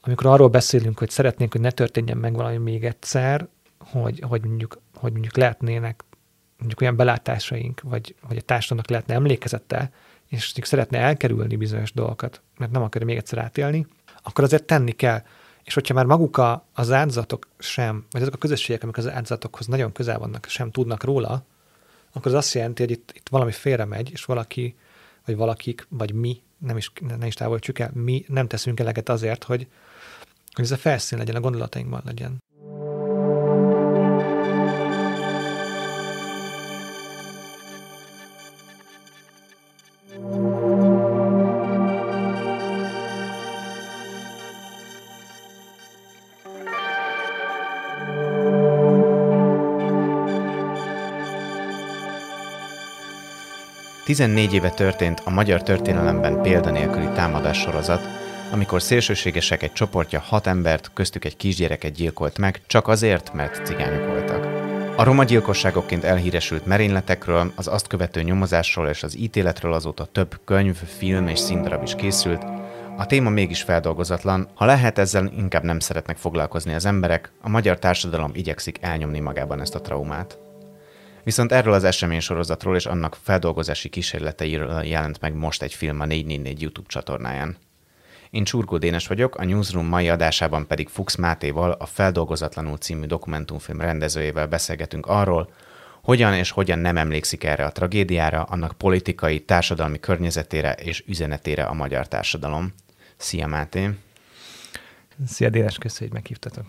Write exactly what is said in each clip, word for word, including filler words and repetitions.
amikor arról beszélünk, hogy szeretnénk, hogy ne történjen meg valami még egyszer, hogy, hogy, mondjuk, hogy mondjuk lehetnének mondjuk olyan belátásaink, vagy, vagy a társadalomnak lehetne emlékezete, és mondjuk szeretne elkerülni bizonyos dolgokat, mert nem akarja még egyszer átélni, akkor azért tenni kell. És hogyha már maguk a, az áldozatok sem, vagy azok a közösségek, amik az áldozatokhoz nagyon közel vannak, sem tudnak róla, akkor az azt jelenti, hogy itt, itt valami félre megy, és valaki, vagy valakik, vagy mi, nem is, ne is távolítsuk el, mi nem teszünk eleget azért, hogy, hogy ez a felszín legyen, a gondolatainkban legyen. tizennégy éve történt a magyar történelemben példanélküli támadássorozat, amikor szélsőségesek egy csoportja hat embert, köztük egy kisgyereket gyilkolt meg, csak azért, mert cigányok voltak. A roma gyilkosságokként elhíresült merényletekről, az azt követő nyomozásról és az ítéletről azóta több könyv, film és színdarab is készült. A téma mégis feldolgozatlan, ha lehet, ezzel inkább nem szeretnek foglalkozni az emberek, a magyar társadalom igyekszik elnyomni magában ezt a traumát. Viszont erről az eseménysorozatról és annak feldolgozási kísérleteiről jelent meg most egy film a négy négy négy YouTube csatornáján. Én Csurgó Dénes vagyok, a Newsroom mai adásában pedig Fuchs Mátéval, a Feldolgozatlanul című dokumentumfilm rendezőjével beszélgetünk arról, hogyan és hogyan nem emlékszik erre a tragédiára, annak politikai, társadalmi környezetére és üzenetére a magyar társadalom. Szia Máté! Szia Dénes, köszönjük, hogy meghívtatok.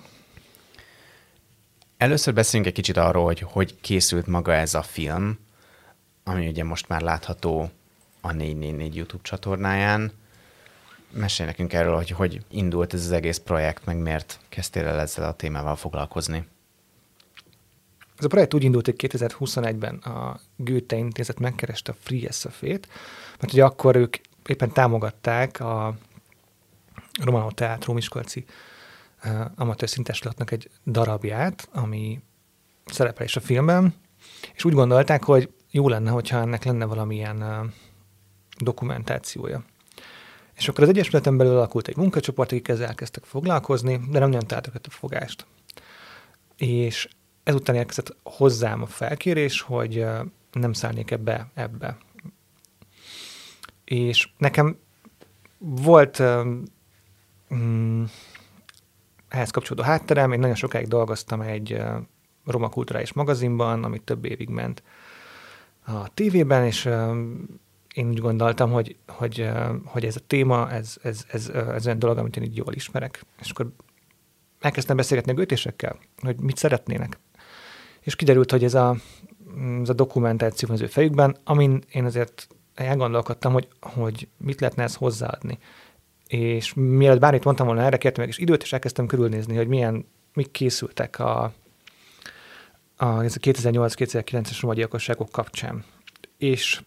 Először beszéljünk egy kicsit arról, hogy hogy készült maga ez a film, ami ugye most már látható a négy négy négy YouTube csatornáján. Mesélj nekünk erről, hogy hogy indult ez az egész projekt, meg miért kezdtél el ezzel a témával foglalkozni. Ez a projekt úgy indult, hogy kétezer-huszonegyben a Goethe Intézet megkereste a Free es ef-ét, mert ugye akkor ők éppen támogatták a Romano Teátrum miskolci uh, amatőr színtestületnek egy darabját, ami szerepel is a filmben, és úgy gondolták, hogy jó lenne, hogyha ennek lenne valamilyen uh, dokumentációja. És akkor az egyesületen belül alakult egy munkacsoport, akik ezzel elkezdtek foglalkozni, de nem nagyon találtak a fogást. És ezután érkezett hozzám a felkérés, hogy uh, nem szállnék ebbe, ebbe. És nekem volt uh, mm, ehhez kapcsolódó hátterem, én nagyon sokáig dolgoztam egy uh, roma kulturális magazinban, ami több évig ment a tévében, és uh, én úgy gondoltam, hogy, hogy, uh, hogy ez a téma, ez, ez, ez, uh, ez olyan dolog, amit én így jól ismerek. És akkor elkezdtem beszélgetni a götésekkel, hogy mit szeretnének. És kiderült, hogy ez a, ez a dokumentáció van az ő fejükben, amin én azért elgondolkodtam, hogy, hogy mit lehetne ezt hozzáadni. És mielőtt bármit mondtam volna, erre kértem meg is időt, és elkezdtem körülnézni, hogy milyen, mik készültek a, a, a kétezer-nyolc-kétezer-kilences roma gyilkosságok kapcsán. És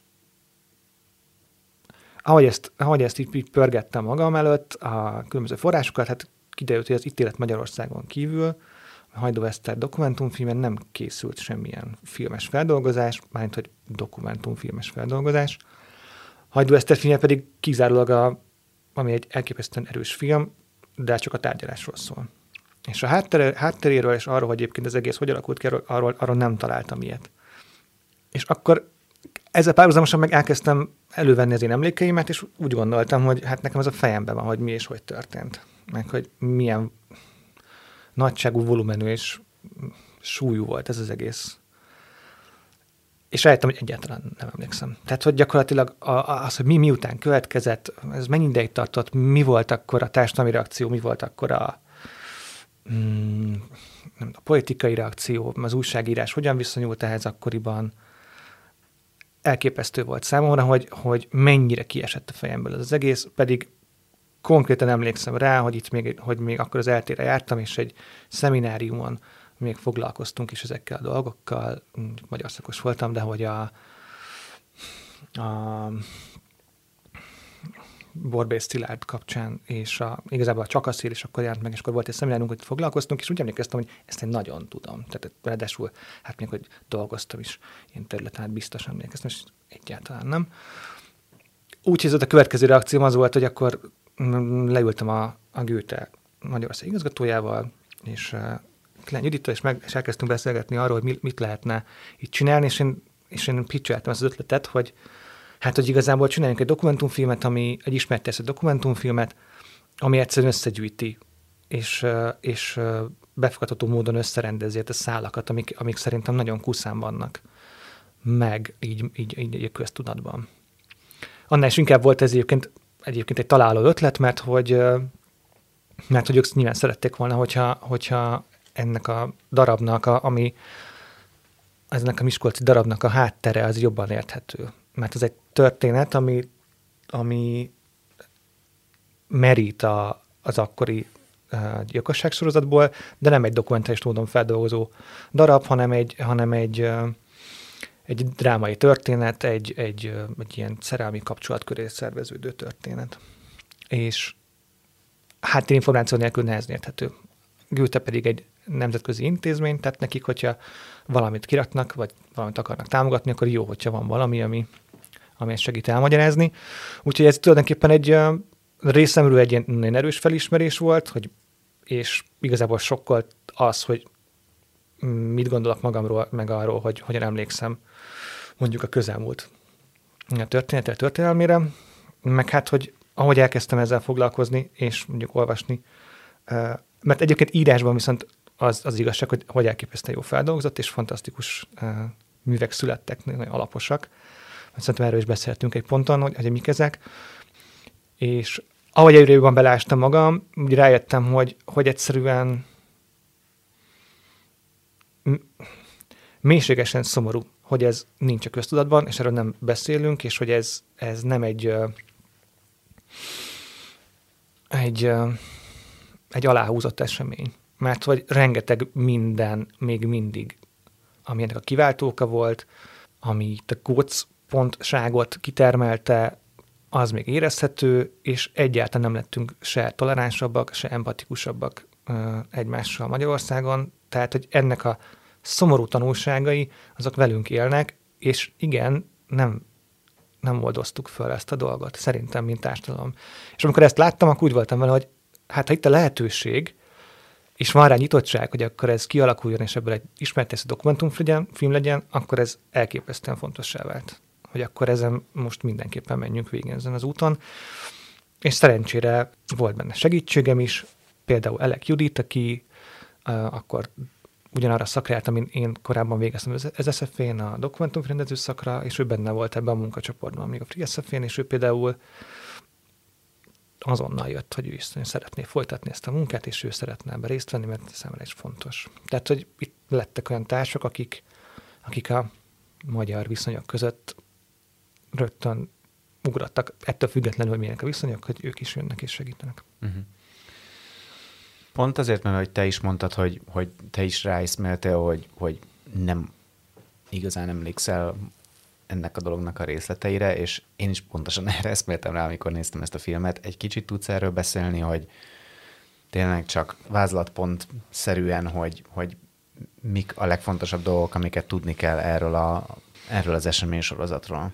ahogy ezt, ahogy ezt így, így pörgettem magam előtt, a különböző forrásokat, hát kiderült, hogy az ítélet Magyarországon kívül a Hajdú Eszter dokumentumfilmen nem készült semmilyen filmes feldolgozás, mármint, hogy dokumentumfilmes feldolgozás. Hajdú Eszter filmje pedig kizárólag, a, ami egy elképesztően erős film, de csak a tárgyalásról szól. És a háttere, hátteréről és arról, hogy egyébként az egész hogy alakult ki, arról, arról nem találtam ilyet. És akkor ezzel párhuzamosan meg elkezdtem elővenni az én emlékeimet, és úgy gondoltam, hogy hát nekem ez a fejemben van, hogy mi és hogy történt. Meg hogy milyen nagyságú, volumenű és súlyú volt ez az egész. És rájöttem, hogy egyáltalán nem emlékszem. Tehát, hogy gyakorlatilag az, hogy mi miután következett, ez mennyi ideig tartott, mi volt akkor a társadalmi reakció, mi volt akkor a, mm, nem, a politikai reakció, az újságírás hogyan viszonyult ehhez akkoriban. Elképesztő volt számomra, hogy, hogy mennyire kiesett a fejemből ez az egész, pedig konkrétan emlékszem rá, hogy itt még, hogy még akkor az eltére jártam, és egy szemináriumon még foglalkoztunk is ezekkel a dolgokkal, magyar szakos voltam, de hogy a, a Borbély Szilárd kapcsán, és a, igazából a Csakaszél is akkor járt meg, és akkor volt egy szeminárium, hogy foglalkoztunk, és úgy emlékeztem, hogy ezt én nagyon tudom. Tehát ráadásul, hát még, hogy dolgoztam is ilyen területen, hát biztos emlékeztem, és egyáltalán nem. Úgyhogy ez a következő reakcióm az volt, hogy akkor leültem a, a Goethe Magyarország igazgatójával, és uh, Klein Judittal, és, meg, és elkezdtünk beszélgetni arról, hogy mit lehetne itt csinálni, és én, és én pitcheltem ezt az ötletet, hogy hát, hogy igazából csináljunk egy dokumentumfilmet, ami egy ismertező dokumentumfilmet, ami egyszerűen összegyűjti, és, és befogadható módon összerendezi a szálakat, amik, amik szerintem nagyon kuszán vannak meg így, így, így egy köztudatban. Annál is inkább volt ez egyébként, egyébként egy találó ötlet, mert hogy, mert hogy ők nyilván szerették volna, hogyha, hogyha ennek a darabnak, a, ami ennek a miskolci darabnak a háttere az jobban érthető. Mert ez egy történet, ami, ami merít a, az akkori uh, gyilkosságsorozatból, de nem egy dokumentális módon feldolgozó darab, hanem egy, hanem egy, uh, egy drámai történet, egy, egy, uh, egy ilyen szerelmi kapcsolat köré szerveződő történet. És háttérinformáció nélkül nehezen érthető. Goethe pedig egy nemzetközi intézmény, tehát nekik, hogyha valamit kiraknak, vagy valamit akarnak támogatni, akkor jó, hogyha van valami, ami, ami ezt segít elmagyarázni. Úgyhogy ez tulajdonképpen egy uh, részemről egy ilyen, ilyen erős felismerés volt, hogy, és igazából sokkolt az, hogy mit gondolok magamról, meg arról, hogy hogyan emlékszem mondjuk a közelmúlt a történetre, történelmére, meg hát, hogy ahogy elkezdtem ezzel foglalkozni, és mondjuk olvasni, uh, mert egyébként írásban viszont az, az igazság, hogy, hogy elképesztően jó feldolgozott, és fantasztikus uh, művek születtek, nagyon alaposak. Szerintem erről is beszéltünk egy ponton, hogy, hogy mik ezek. És ahogy egyre jobban belástam magam, úgy rájöttem, hogy, hogy egyszerűen mélységesen szomorú, hogy ez nincs a köztudatban, és erről nem beszélünk, és hogy ez, ez nem egy, uh, egy, uh, egy aláhúzott esemény. Mert hogy rengeteg minden még mindig, ami ennek a kiváltóka volt, ami a gócpontságot kitermelte, az még érezhető, és egyáltalán nem lettünk se toleránsabbak, se empatikusabbak uh, egymással Magyarországon. Tehát, hogy ennek a szomorú tanulságai, azok velünk élnek, és igen, nem, nem oldoztuk föl ezt a dolgot, szerintem, mint társadalom. És amikor ezt láttam, akkor úgy voltam vele, hogy hát ha itt a lehetőség, és van rá nyitottság, hogy akkor ez kialakuljon, és ebből egy ismertező dokumentumfilm legyen, akkor ez elképesztően fontossá vált. Hogy akkor ezen most mindenképpen menjünk végig ezen az úton. És szerencsére volt benne segítségem is, például Elek Judit, aki uh, akkor ugyanarra szakra járt, amin én korábban végeztem az es ef én, a dokumentumfilmrendező szakra, és ő benne volt ebben a munkacsoportban, még a Free es ef én, és ő például azonnal jött, hogy ő is szeretné folytatni ezt a munkát, és ő szeretne ebben részt venni, mert számára is fontos. Tehát, hogy itt lettek olyan társak, akik, akik a magyar viszonyok között rögtön ugrottak, ettől függetlenül, hogy milyenek a viszonyok, hogy ők is jönnek és segítenek. Uh-huh. Pont azért, mert hogy te is mondtad, hogy, hogy te is ráiszméltél, hogy, hogy nem igazán emlékszel ennek a dolognak a részleteire, és én is pontosan erre eszméltem rá, amikor néztem ezt a filmet. Egy kicsit tudsz erről beszélni, hogy tényleg csak vázlatpontszerűen, hogy, hogy mik a legfontosabb dolgok, amiket tudni kell erről, a, erről az eseménysorozatról?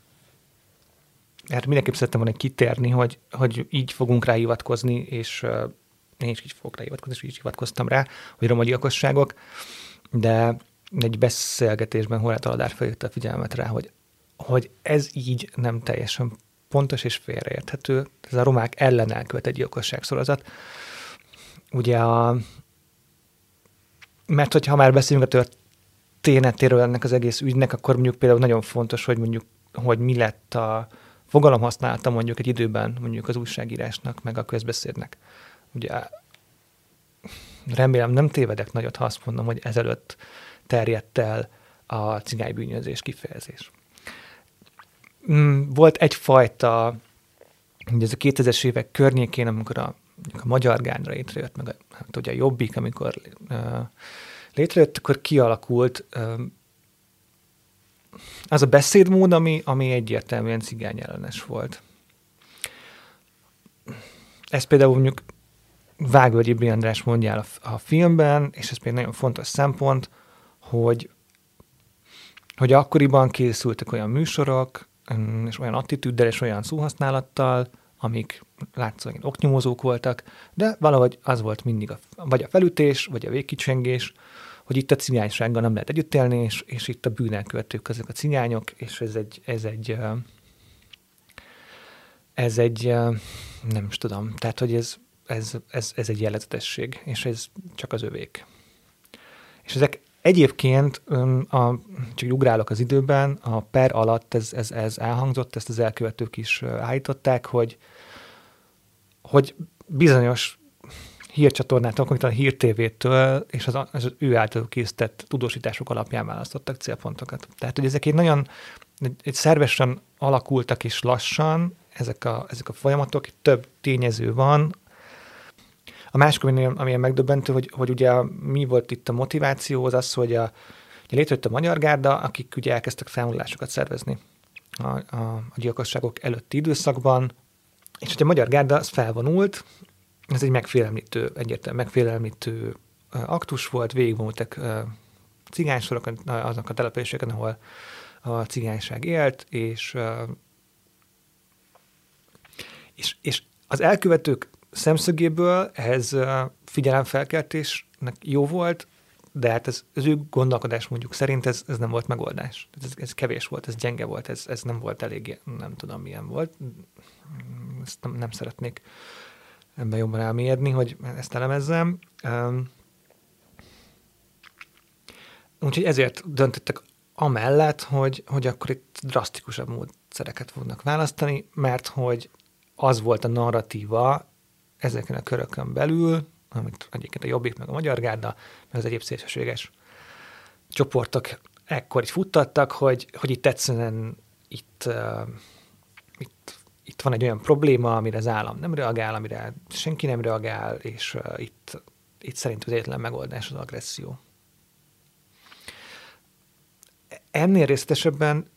Hát mindenképp szerettem volna kitérni, hogy, hogy így fogunk rá hivatkozni, és uh, én is így fogok rá hivatkozni, és így hivatkoztam rá, hogy romagyilkosságok, de egy beszélgetésben Horváth Aladár felhívta a figyelmet rá, hogy, hogy ez így nem teljesen pontos és félreérthető. Ez a romák ellen elkövetett gyilkosságsorozat. Ugye a... Mert hogyha már beszélünk a történetéről ennek az egész ügynek, akkor mondjuk például nagyon fontos, hogy mondjuk, hogy mi lett a fogalomhasználata mondjuk egy időben mondjuk az újságírásnak, meg a közbeszédnek. Ugye remélem nem tévedek nagyot, ha azt mondom, hogy ezelőtt terjedt el a cigánybűnözés kifejezés. Volt egyfajta, ugye ez a kétezres évek környékén, amikor a, a Magyar Gárda létrejött, meg a, hát ugye a Jobbik, amikor uh, létrejött, akkor kialakult uh, az a beszédmód, ami, ami egyértelműen cigányellenes volt. Ez például mondjuk Vágvölgyi B. András mondja el a, a filmben, és ez például nagyon fontos szempont, hogy, hogy akkoriban készültek olyan műsorok, és olyan attitűddel, és olyan szóhasználattal, amik látszólag oknyomozók voltak, de valahogy az volt mindig a, vagy a felütés, vagy a végkicsengés, hogy itt a cigánysággal nem lehet együtt élni, és, és itt a bűnelkövetők azok a cigányok, és ez egy, ez egy, ez egy, nem is tudom, tehát, hogy ez, ez, ez, ez egy jellegzetesség, és ez csak az övék. És ezek egyébként, a, csak ugrálok az időben, a per alatt ez, ez, ez elhangzott, ezt az elkövetők is állították, hogy, hogy bizonyos hírcsatornától, konkrétan a Hír té vé-től és az, az ő által készített tudósítások alapján választottak célpontokat. Tehát, hogy ezek egy nagyon egy, egy szervesen alakultak és lassan, ezek a, ezek a folyamatok, több tényező van. A másik, amilyen megdöbbentő, hogy, hogy ugye mi volt itt a motiváció, az az, hogy a, ugye létrejött a Magyar Gárda, akik ugye elkezdtek felvonulásokat szervezni a, a, a gyilkosságok előtti időszakban, és hogy a Magyar Gárda az felvonult, ez egy megfélemlítő, egyértelműen megfélemlítő aktus volt, végigvonultak cigánysorokon, azok a településeken, ahol a cigányság élt, és, és, és az elkövetők szemszögéből ez figyelemfelkeltésnek jó volt, de hát ez, az ő gondolkodás mondjuk szerint ez, ez nem volt megoldás. Ez, ez kevés volt, ez gyenge volt, ez, ez nem volt elég, nem tudom milyen volt. Ezt nem, nem szeretnék ebben jobban elmélyedni, hogy ezt elemezzem. Um, úgyhogy ezért döntöttek amellett, hogy, hogy akkor itt drasztikusabb módszereket fognak választani, mert hogy az volt a narratíva ezeken a körökön belül, amit egyébként a Jobbik, meg a Magyar Gárda, meg az egyéb szélsőséges csoportok ekkor így futtattak, hogy, hogy itt egyszerűen itt, uh, itt Itt van egy olyan probléma, amire az állam nem reagál, amire senki nem reagál, és uh, itt, itt szerint az egyetlen megoldás az agresszió. Ennél részletesebben,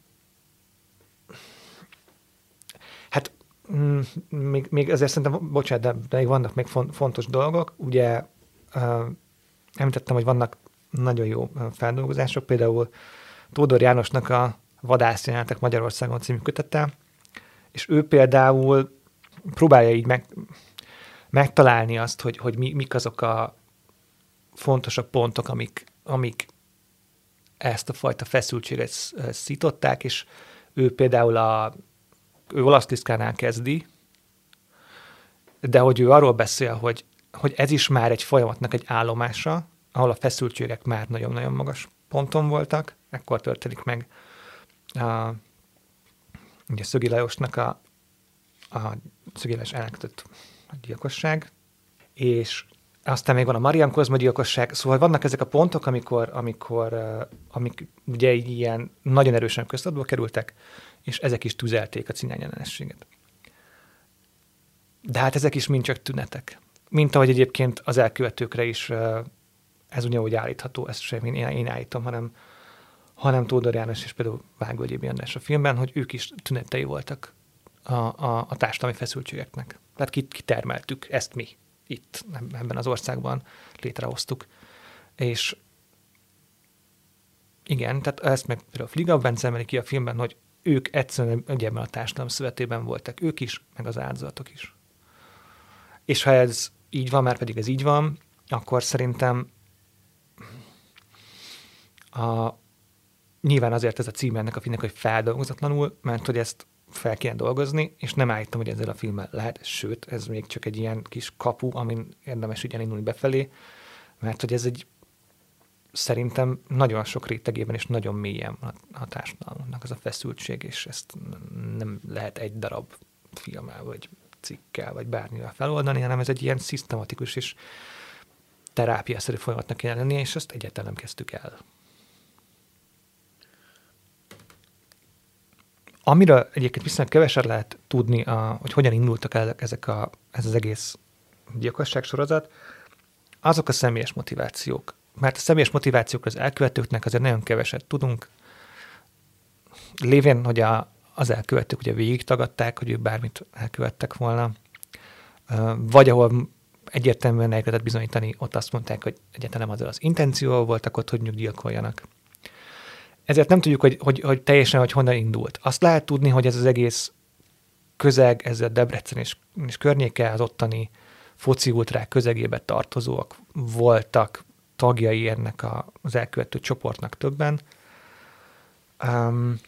hát mm, még, még ezért szerintem, bocsánat, de, de még vannak még fontos dolgok. Ugye uh, említettem, hogy vannak nagyon jó feldolgozások, például Tódor Jánosnak a Vadászjelenetek Magyarországon című kötete, és ő például próbálja így meg, megtalálni azt, hogy, hogy mi, mik azok a fontosabb pontok, amik, amik ezt a fajta feszültséget szították, és ő például a ő Olasz Tiszkánál kezdi, de hogy ő arról beszél, hogy, hogy ez is már egy folyamatnak egy állomása, ahol a feszültségek már nagyon-nagyon magas ponton voltak, ekkor történik meg a ugye Szögi Lajosnak a, a Szögi Lajos elkötött a gyilkosság, és aztán még van a Marian Kozma gyilkosság, szóval vannak ezek a pontok, amikor, amikor uh, amik ugye ilyen nagyon erősen köztudatba kerültek, és ezek is tüzelték a cigányellenességet. De hát ezek is mind csak tünetek. Mint ahogy egyébként az elkövetőkre is uh, ez ugyanúgy állítható, ezt sem én, én állítom, hanem hanem Tódor János és például Vágvölgyi András a filmben, hogy ők is tünetei voltak a, a, a társadalmi feszültségeknek. Tehát kitermeltük ezt mi itt, ebben az országban létrehoztuk. És igen, tehát ezt meg például Fliga Bence emeli ki a filmben, hogy ők egyszerűen ebben a társadalom szövetében voltak, ők is, meg az áldozatok is. És ha ez így van, már pedig ez így van, akkor szerintem a nyilván azért ez a címe ennek a filmnek, hogy feldolgozatlanul, mert hogy ezt fel kéne dolgozni, és nem állítom, hogy ezzel a filmmel lehet, sőt, ez még csak egy ilyen kis kapu, amin érdemes így elindulni befelé, mert hogy ez egy szerintem nagyon sok rétegében és nagyon mélyen a, a társadalomnak az a feszültség, és ezt nem lehet egy darab filmmel, vagy cikkkel, vagy bármivel feloldani, hanem ez egy ilyen szisztematikus és terápiaszerű folyamatnak kéne lenni, és ezt egyáltalán nem kezdtük el. Amiről egyébként viszonylag keveset lehet tudni, a, hogy hogyan indultak el ezek a, ez az egész gyilkosságsorozat, azok a személyes motivációk. Mert a személyes motivációk az elkövetőknek azért nagyon keveset tudunk. Lévén, hogy a, az elkövetők ugye végig tagadták, hogy ők bármit elkövettek volna, vagy ahol egyértelműen el kellett bizonyítani, ott azt mondták, hogy egyáltalán nem azzal az intencióval voltak ott, hogy nyugdíjakoljanak. Ezért nem tudjuk, hogy, hogy, hogy teljesen, hogy honnan indult. Azt lehet tudni, hogy ez az egész közeg, ez a Debrecen és, és környéke, az ottani foci ultrák közegébe tartozóak voltak tagjai ennek a, az elkövető csoportnak többen. Um,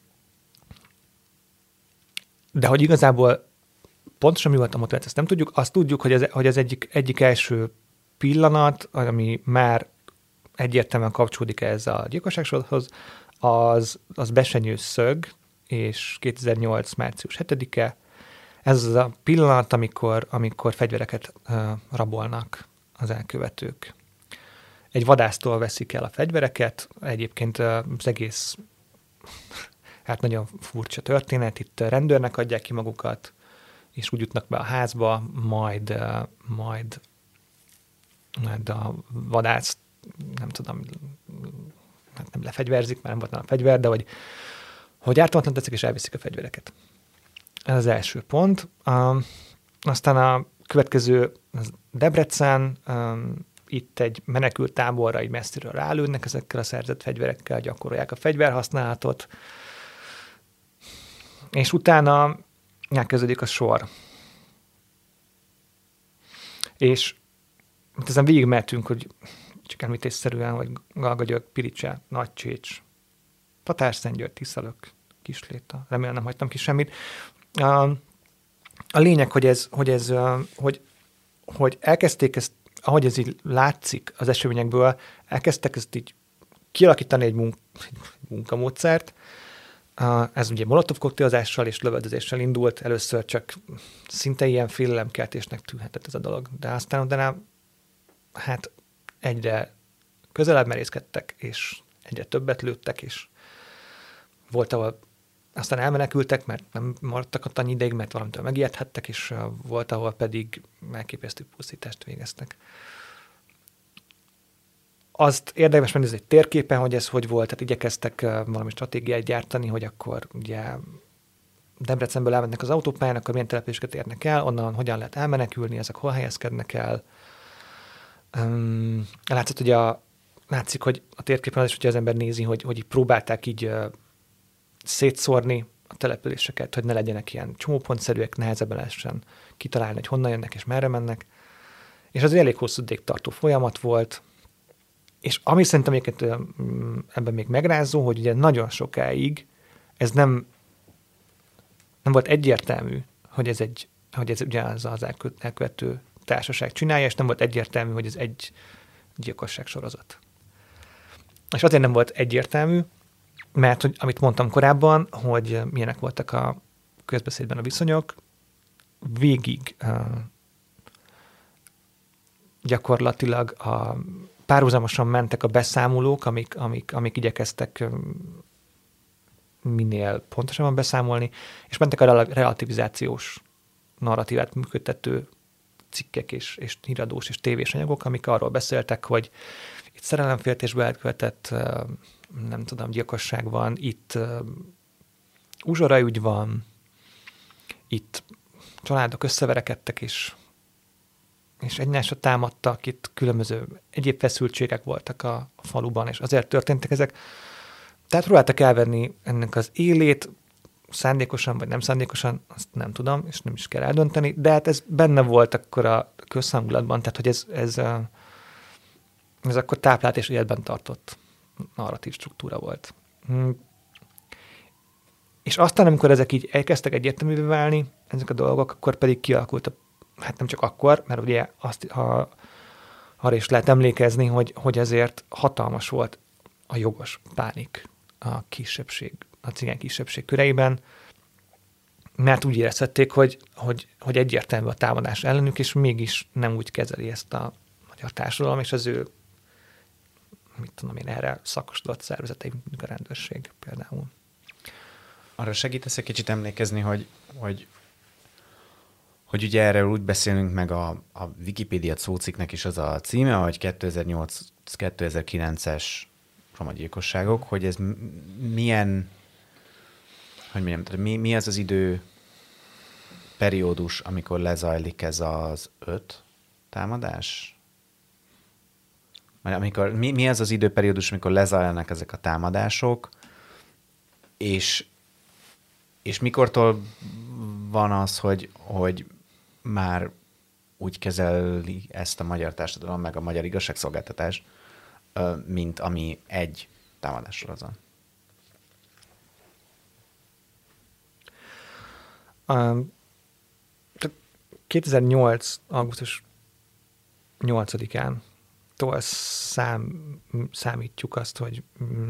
de hogy igazából pontosan mi volt a motiváció, ezt nem tudjuk. Azt tudjuk, hogy ez, hogy ez egyik, egyik első pillanat, ami már egyértelműen kapcsolódik ez a gyilkosságsorozathoz, az, az Besenyő szög, és kétezer-nyolc. március hetedike. Ez az a pillanat, amikor, amikor fegyvereket uh, rabolnak az elkövetők. Egy vadásztól veszik el a fegyvereket, egyébként uh, az egész hát nagyon furcsa történet, itt rendőrnek adják ki magukat, és úgy jutnak be a házba, majd, uh, majd, majd a vadász, nem tudom, hát nem lefegyverzik, mert nem volt nála a fegyver, de hogy, hogy ártalmatlan tetszik, és elviszik a fegyvereket. Ez az első pont. Um, aztán a következő az Debrecen, um, itt egy menekült táborra így messziről rálőnek ezekkel a szerzett fegyverekkel, gyakorolják a fegyverhasználatot, és utána elkezdődik a sor. És ezen végig mehetünk, hogy csak említésszerűen, hogy Galgagyörgy, Piricse, Nagycsécs, Tatárszentgyörgy, Tiszalök, Kisléta, remélem nem hagytam ki semmit. A, a lényeg, hogy ez, hogy ez, hogy, hogy elkezdték ezt, ahogy ez így látszik az eseményekből, elkezdtek ezt így kialakítani egy, munk, egy munkamódszert. Ez ugye molotov koktélozással és lövöldözéssel indult, először csak szinte ilyen félelemkeltésnek tűnhetett ez a dolog, de aztán utána hát egyre közelebb merészkedtek, és egyre többet lőttek, és volt, ahol aztán elmenekültek, mert nem maradtak ott annyi ideig, mert valamitől megijedhettek, és volt, ahol pedig elképesztő pusztítást végeztek. Azt érdemes megnézni egy térképen, hogy ez hogy volt, tehát igyekeztek valami stratégiát gyártani, hogy akkor ugye Debrecenből elmennek az autópályán, akkor milyen településeket érnek el, onnan hogyan lehet elmenekülni, ezek hol helyezkednek el. Um, látszott, hogy a, látszik, hogy a térképen az is, hogy az ember nézi, hogy, hogy így próbálták így uh, szétszórni a településeket, hogy ne legyenek ilyen csomópontszerűek, nehezebben lehessen kitalálni, hogy honnan jönnek és merre mennek. És az elég hosszú ideig tartó folyamat volt, és ami szerintem egyébként ebben még megrázó, hogy ugye nagyon sokáig ez nem, nem volt egyértelmű, hogy ez, egy, hogy ez ugyanaz az elkövető társaság csinálja, és nem volt egyértelmű, hogy ez egy gyilkosság sorozat. És azért nem volt egyértelmű, mert hogy, amit mondtam korábban, hogy milyenek voltak a közbeszédben a viszonyok, végig uh, gyakorlatilag a párhuzamosan mentek a beszámolók, amik, amik, amik igyekeztek minél pontosabban beszámolni, és mentek a relativizációs narratívát működtető cikkek és, és híradós és tévés anyagok, amik arról beszéltek, hogy itt szerelemféltésből elkövetett, nem tudom, gyilkosság van, itt uzsoraügy van, itt családok összeverekedtek, és és egymásra támadtak, itt különböző egyéb feszültségek voltak a, a faluban, és azért történtek ezek. Tehát próbáltak elvenni ennek az élét, szándékosan vagy nem szándékosan, azt nem tudom, és nem is kell eldönteni, de hát ez benne volt akkor a közhangulatban, tehát hogy ez, ez, ez akkor táplált és életben tartott narratív struktúra volt. És aztán, amikor ezek így elkezdtek egyértelművé válni, ezek a dolgok, akkor pedig kialakult a hát nem csak akkor, mert ugye azt, ha, arra is lehet emlékezni, hogy, hogy ezért hatalmas volt a jogos pánik a kisebbség, a cigány kisebbség köreiben, mert úgy érezhették, hogy, hogy, hogy egyértelmű a támadás ellenük, és mégis nem úgy kezeli ezt a magyar társadalom, és az ő, mit tudom én, erre szakosodott szervezetei, mint a rendőrség például. Arra segítesz egy kicsit emlékezni, hogy, hogy hogy ugye erről úgy beszélünk, meg a, a Wikipédia szócikknek is az a címe, hogy kétezer-nyolc-kétezer-kilences romagyilkosságok, hogy ez milyen, hogy mondjam, mi, mi az az idő periódus, amikor lezajlik ez az öt támadás? Amikor, mi, mi az az időperiódus, amikor lezajlanak ezek a támadások, és, és mikortól van az, hogy, hogy már úgy kezeli ezt a magyar társadalom, meg a magyar igazságszolgáltatás, mint ami egy támadássorozat. Um, kétezer-nyolc. augusztus nyolcadikán tól szám, számítjuk azt, hogy,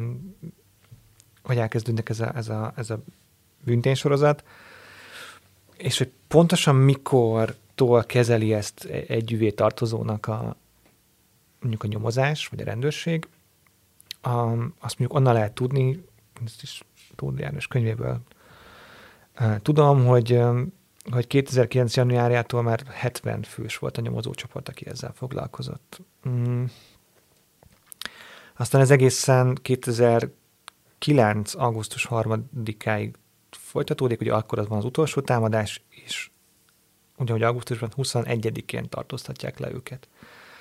hogy elkezdődnek ez a, ez a, ez a bűnténysorozat, és hogy pontosan mikortól kezeli ezt egy üvé tartozónak a, mondjuk a nyomozás, vagy a rendőrség, a, azt mondjuk onnan lehet tudni, ezt is Tóth János könyvéből uh, tudom, hogy, um, hogy kétezer-kilenc. januárjától már hetven fős volt a nyomozócsoport, aki ezzel foglalkozott. Mm. Aztán ez egészen kétezer-kilenc. augusztus harmadikáig folytatódik, ugye akkor az van az utolsó támadás, és ugyanúgy augusztusban huszonegyedikén tartóztatják le őket.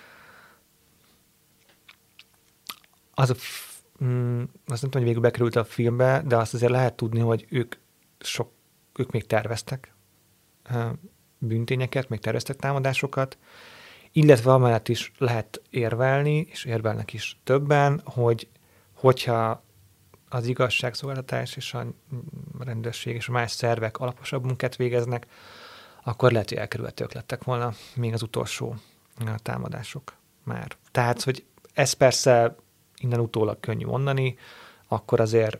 Az a, mm, azt nem tudom, hogy végül bekerült a filmbe, de azt azért lehet tudni, hogy ők, sok, ők még terveztek bűntényeket, még terveztek támadásokat, illetve amellett is lehet érvelni, és érvelnek is többen, hogy hogyha az igazságszolgáltatás és a rendőrség és a más szervek alaposabb munkát végeznek, akkor lehet, hogy elkerülhetők lettek volna még az utolsó támadások már. Tehát, hogy ez persze innen utólag könnyű mondani, akkor azért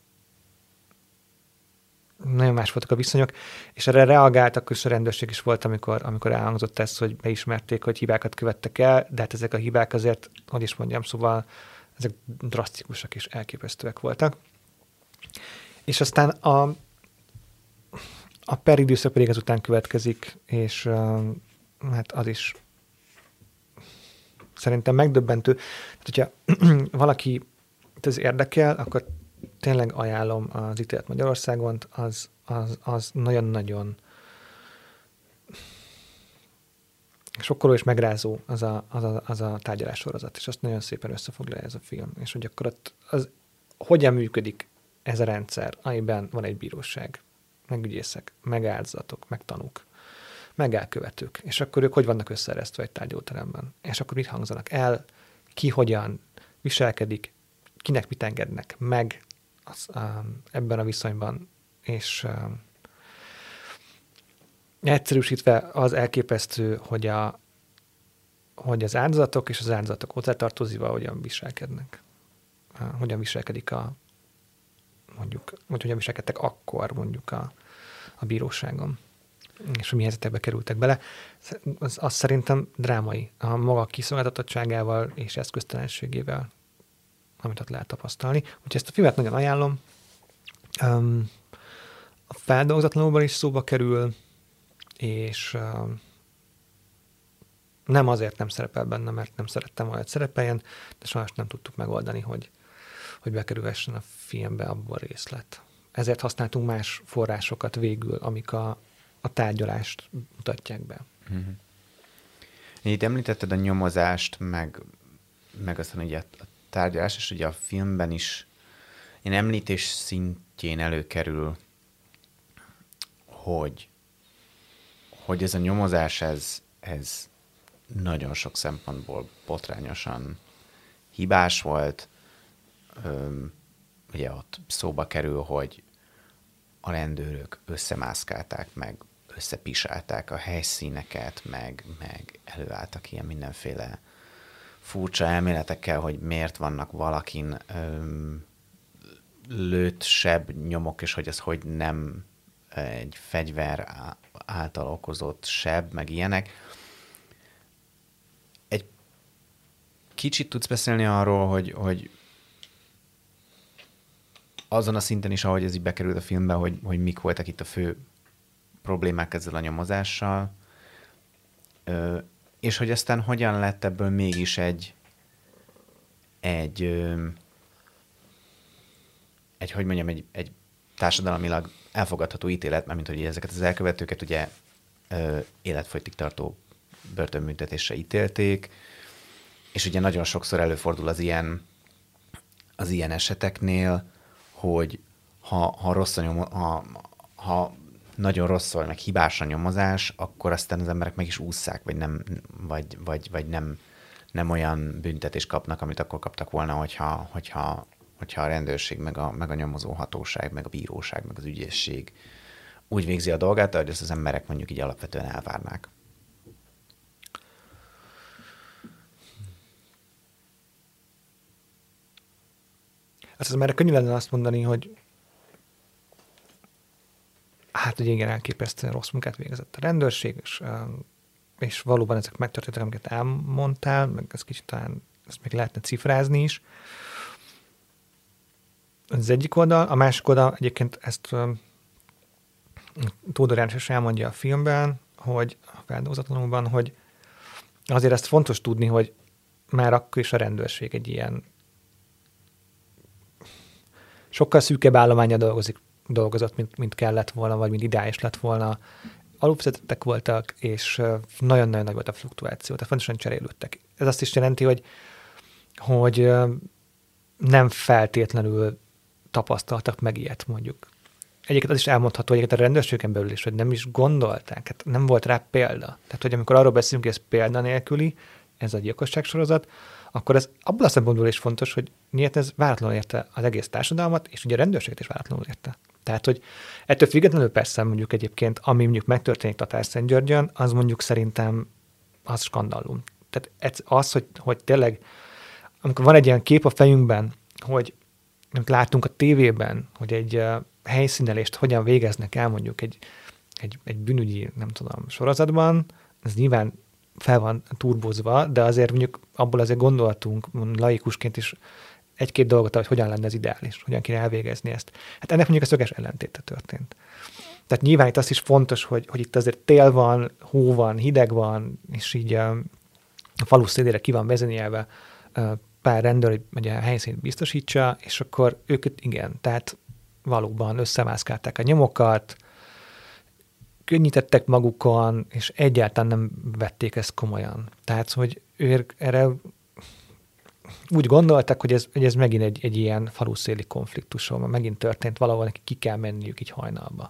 nagyon más voltak a viszonyok, és erre reagáltak, és a rendőrség is volt, amikor, amikor elhangzott ez, hogy beismerték, hogy hibákat követtek el, de hát ezek a hibák azért, hogy is mondjam, szóval ezek drasztikusak és elképesztőek voltak. És aztán a, a per időszak pedig ezután következik, és uh, hát az is szerintem megdöbbentő. Tehát, hogyha valaki ez érdekel, akkor tényleg ajánlom az Ítélet Magyarországon, az, az, az nagyon-nagyon sokkoló és megrázó az a, az a, az a tárgyalássorozat, és azt nagyon szépen összefoglalja ez a film. És hogy akkor ott az, hogyan működik ez a rendszer, amiben van egy bíróság, meg ügyészek, meg áldozatok, meg tanúk, meg elkövetők, és akkor ők hogy vannak összeeresztve egy tárgyalóteremben, és akkor mit hangzanak el, ki hogyan viselkedik, kinek mit engednek meg az, um, ebben a viszonyban, és um, egyszerűsítve az elképesztő, hogy, a, hogy az áldozatok és az áldozatok hozzátartozóval hogyan viselkednek. Uh, hogyan viselkedik a mondjuk, vagy hogyan viselkedtek akkor mondjuk a, a bíróságon, és hogy mi helyzetekbe kerültek bele. Az, az szerintem drámai a maga kiszolgáltatottságával és eszköztelenségével, amit ott lehet tapasztalni. Úgyhogy ezt a filmet nagyon ajánlom. Um, a feldolgozatlanulban is szóba kerül, és um, nem azért nem szerepel benne, mert nem szerettem volna, hogy szerepeljen, de sajnos nem tudtuk megoldani, hogy, hogy bekerülhessen a filmbe abból részlet. Ezért használtunk más forrásokat végül, amik a, a tárgyalást mutatják be. Mm-hmm. Itt említetted a nyomozást, meg, meg aztán ugye a tárgyalás, és ugye a filmben is én említés szintjén előkerül, hogy, hogy ez a nyomozás, ez, ez nagyon sok szempontból botrányosan hibás volt. Öm, ugye ott szóba kerül, hogy a rendőrök összemászkálták, meg összepisálták a helyszíneket, meg, meg előálltak ilyen mindenféle furcsa elméletekkel, hogy miért vannak valakin öm, lőtt seb nyomok, és hogy ez hogy nem egy fegyver által okozott seb, meg ilyenek. Egy kicsit tudsz beszélni arról, hogy, hogy azon a szinten is, ahogy ez így bekerült a filmbe, hogy, hogy mik voltak itt a fő problémák ezzel a nyomozással, ö, és hogy aztán hogyan lett ebből mégis egy egy, ö, egy hogy mondjam, egy, egy társadalmilag elfogadható ítélet, mert mint hogy ezeket az elkövetőket ugye ö, életfogytig tartó börtönbüntetésre ítélték, és ugye nagyon sokszor előfordul az ilyen, az ilyen eseteknél, hogy ha, ha rossz a nyom, ha, ha nagyon rosszul, meg hibás a nyomozás, akkor aztán az emberek meg is ússzák, vagy nem, vagy, vagy, vagy nem, nem olyan büntetést kapnak, amit akkor kaptak volna, hogyha, hogyha, hogyha a rendőrség, meg a, meg a nyomozó hatóság, meg a bíróság, meg az ügyészség úgy végzi a dolgát, ahogy ezt az emberek mondjuk így alapvetően elvárnák. Hát az emberek könnyű lenne azt mondani, hogy hát, hogy igen, elképesztően rossz munkát végezett a rendőrség, és, és valóban ezek megtörténtek, amiket elmondtál, meg ez kicsit talán ezt még lehetne cifrázni is. Ez az egyik oldal. A másik oldal egyébként ezt Tóth János is elmondja a filmben, hogy a feldolgozatlanulban, hogy azért ezt fontos tudni, hogy már akkor is a rendőrség egy ilyen sokkal szűkebb állománnyal dolgozik, dolgozott, mint, mint kellett volna, vagy mint ideális lett volna. Alulfizetettek voltak, és nagyon-nagyon nagy volt a fluktuáció, tehát fontosan cserélődtek. Ez azt is jelenti, hogy, hogy nem feltétlenül tapasztaltak meg ilyet, mondjuk. Egyébként az is elmondható, hogy a rendőrségen belül is, hogy nem is gondolták, hát nem volt rá példa. Tehát, hogy amikor arról beszélünk, hogy ez példa nélküli, ez a gyilkosságsorozat, akkor ez abban a szempontból is fontos, hogy miért ez váratlanul érte az egész társadalmat, és ugye a rendőrséget is váratlanul érte. Tehát, hogy ettől függetlenül persze mondjuk egyébként, ami mondjuk megtörténik Tatárszentgyörgyön, az mondjuk szerintem az skandallum. Tehát az, hogy, hogy tényleg, amikor van egy ilyen kép a fejünkben, hogy amit látunk a tévében, hogy egy uh, helyszínelést hogyan végeznek el mondjuk egy, egy, egy bűnügyi, nem tudom, sorozatban, ez nyilván fel van turbozva, de azért mondjuk abból azért gondoltunk laikusként is egy-két dolgot, hogy hogyan lenne ez ideális, hogyan kéne elvégezni ezt. Hát ennek mondjuk a szöges ellentéte történt. Tehát nyilván itt az is fontos, hogy, hogy itt azért tél van, hó van, hideg van, és így a, a falu szélére ki van vezényelve pár rendőr, hogy a helyszínt biztosítsa, és akkor őket igen, tehát valóban összemászkálták a nyomokat, könnyítettek magukon, és egyáltalán nem vették ezt komolyan. Tehát, hogy ők erre úgy gondoltak, hogy ez, hogy ez megint egy, egy ilyen faluszéli konfliktuson, megint történt valahol, neki ki kell menniük így hajnalba.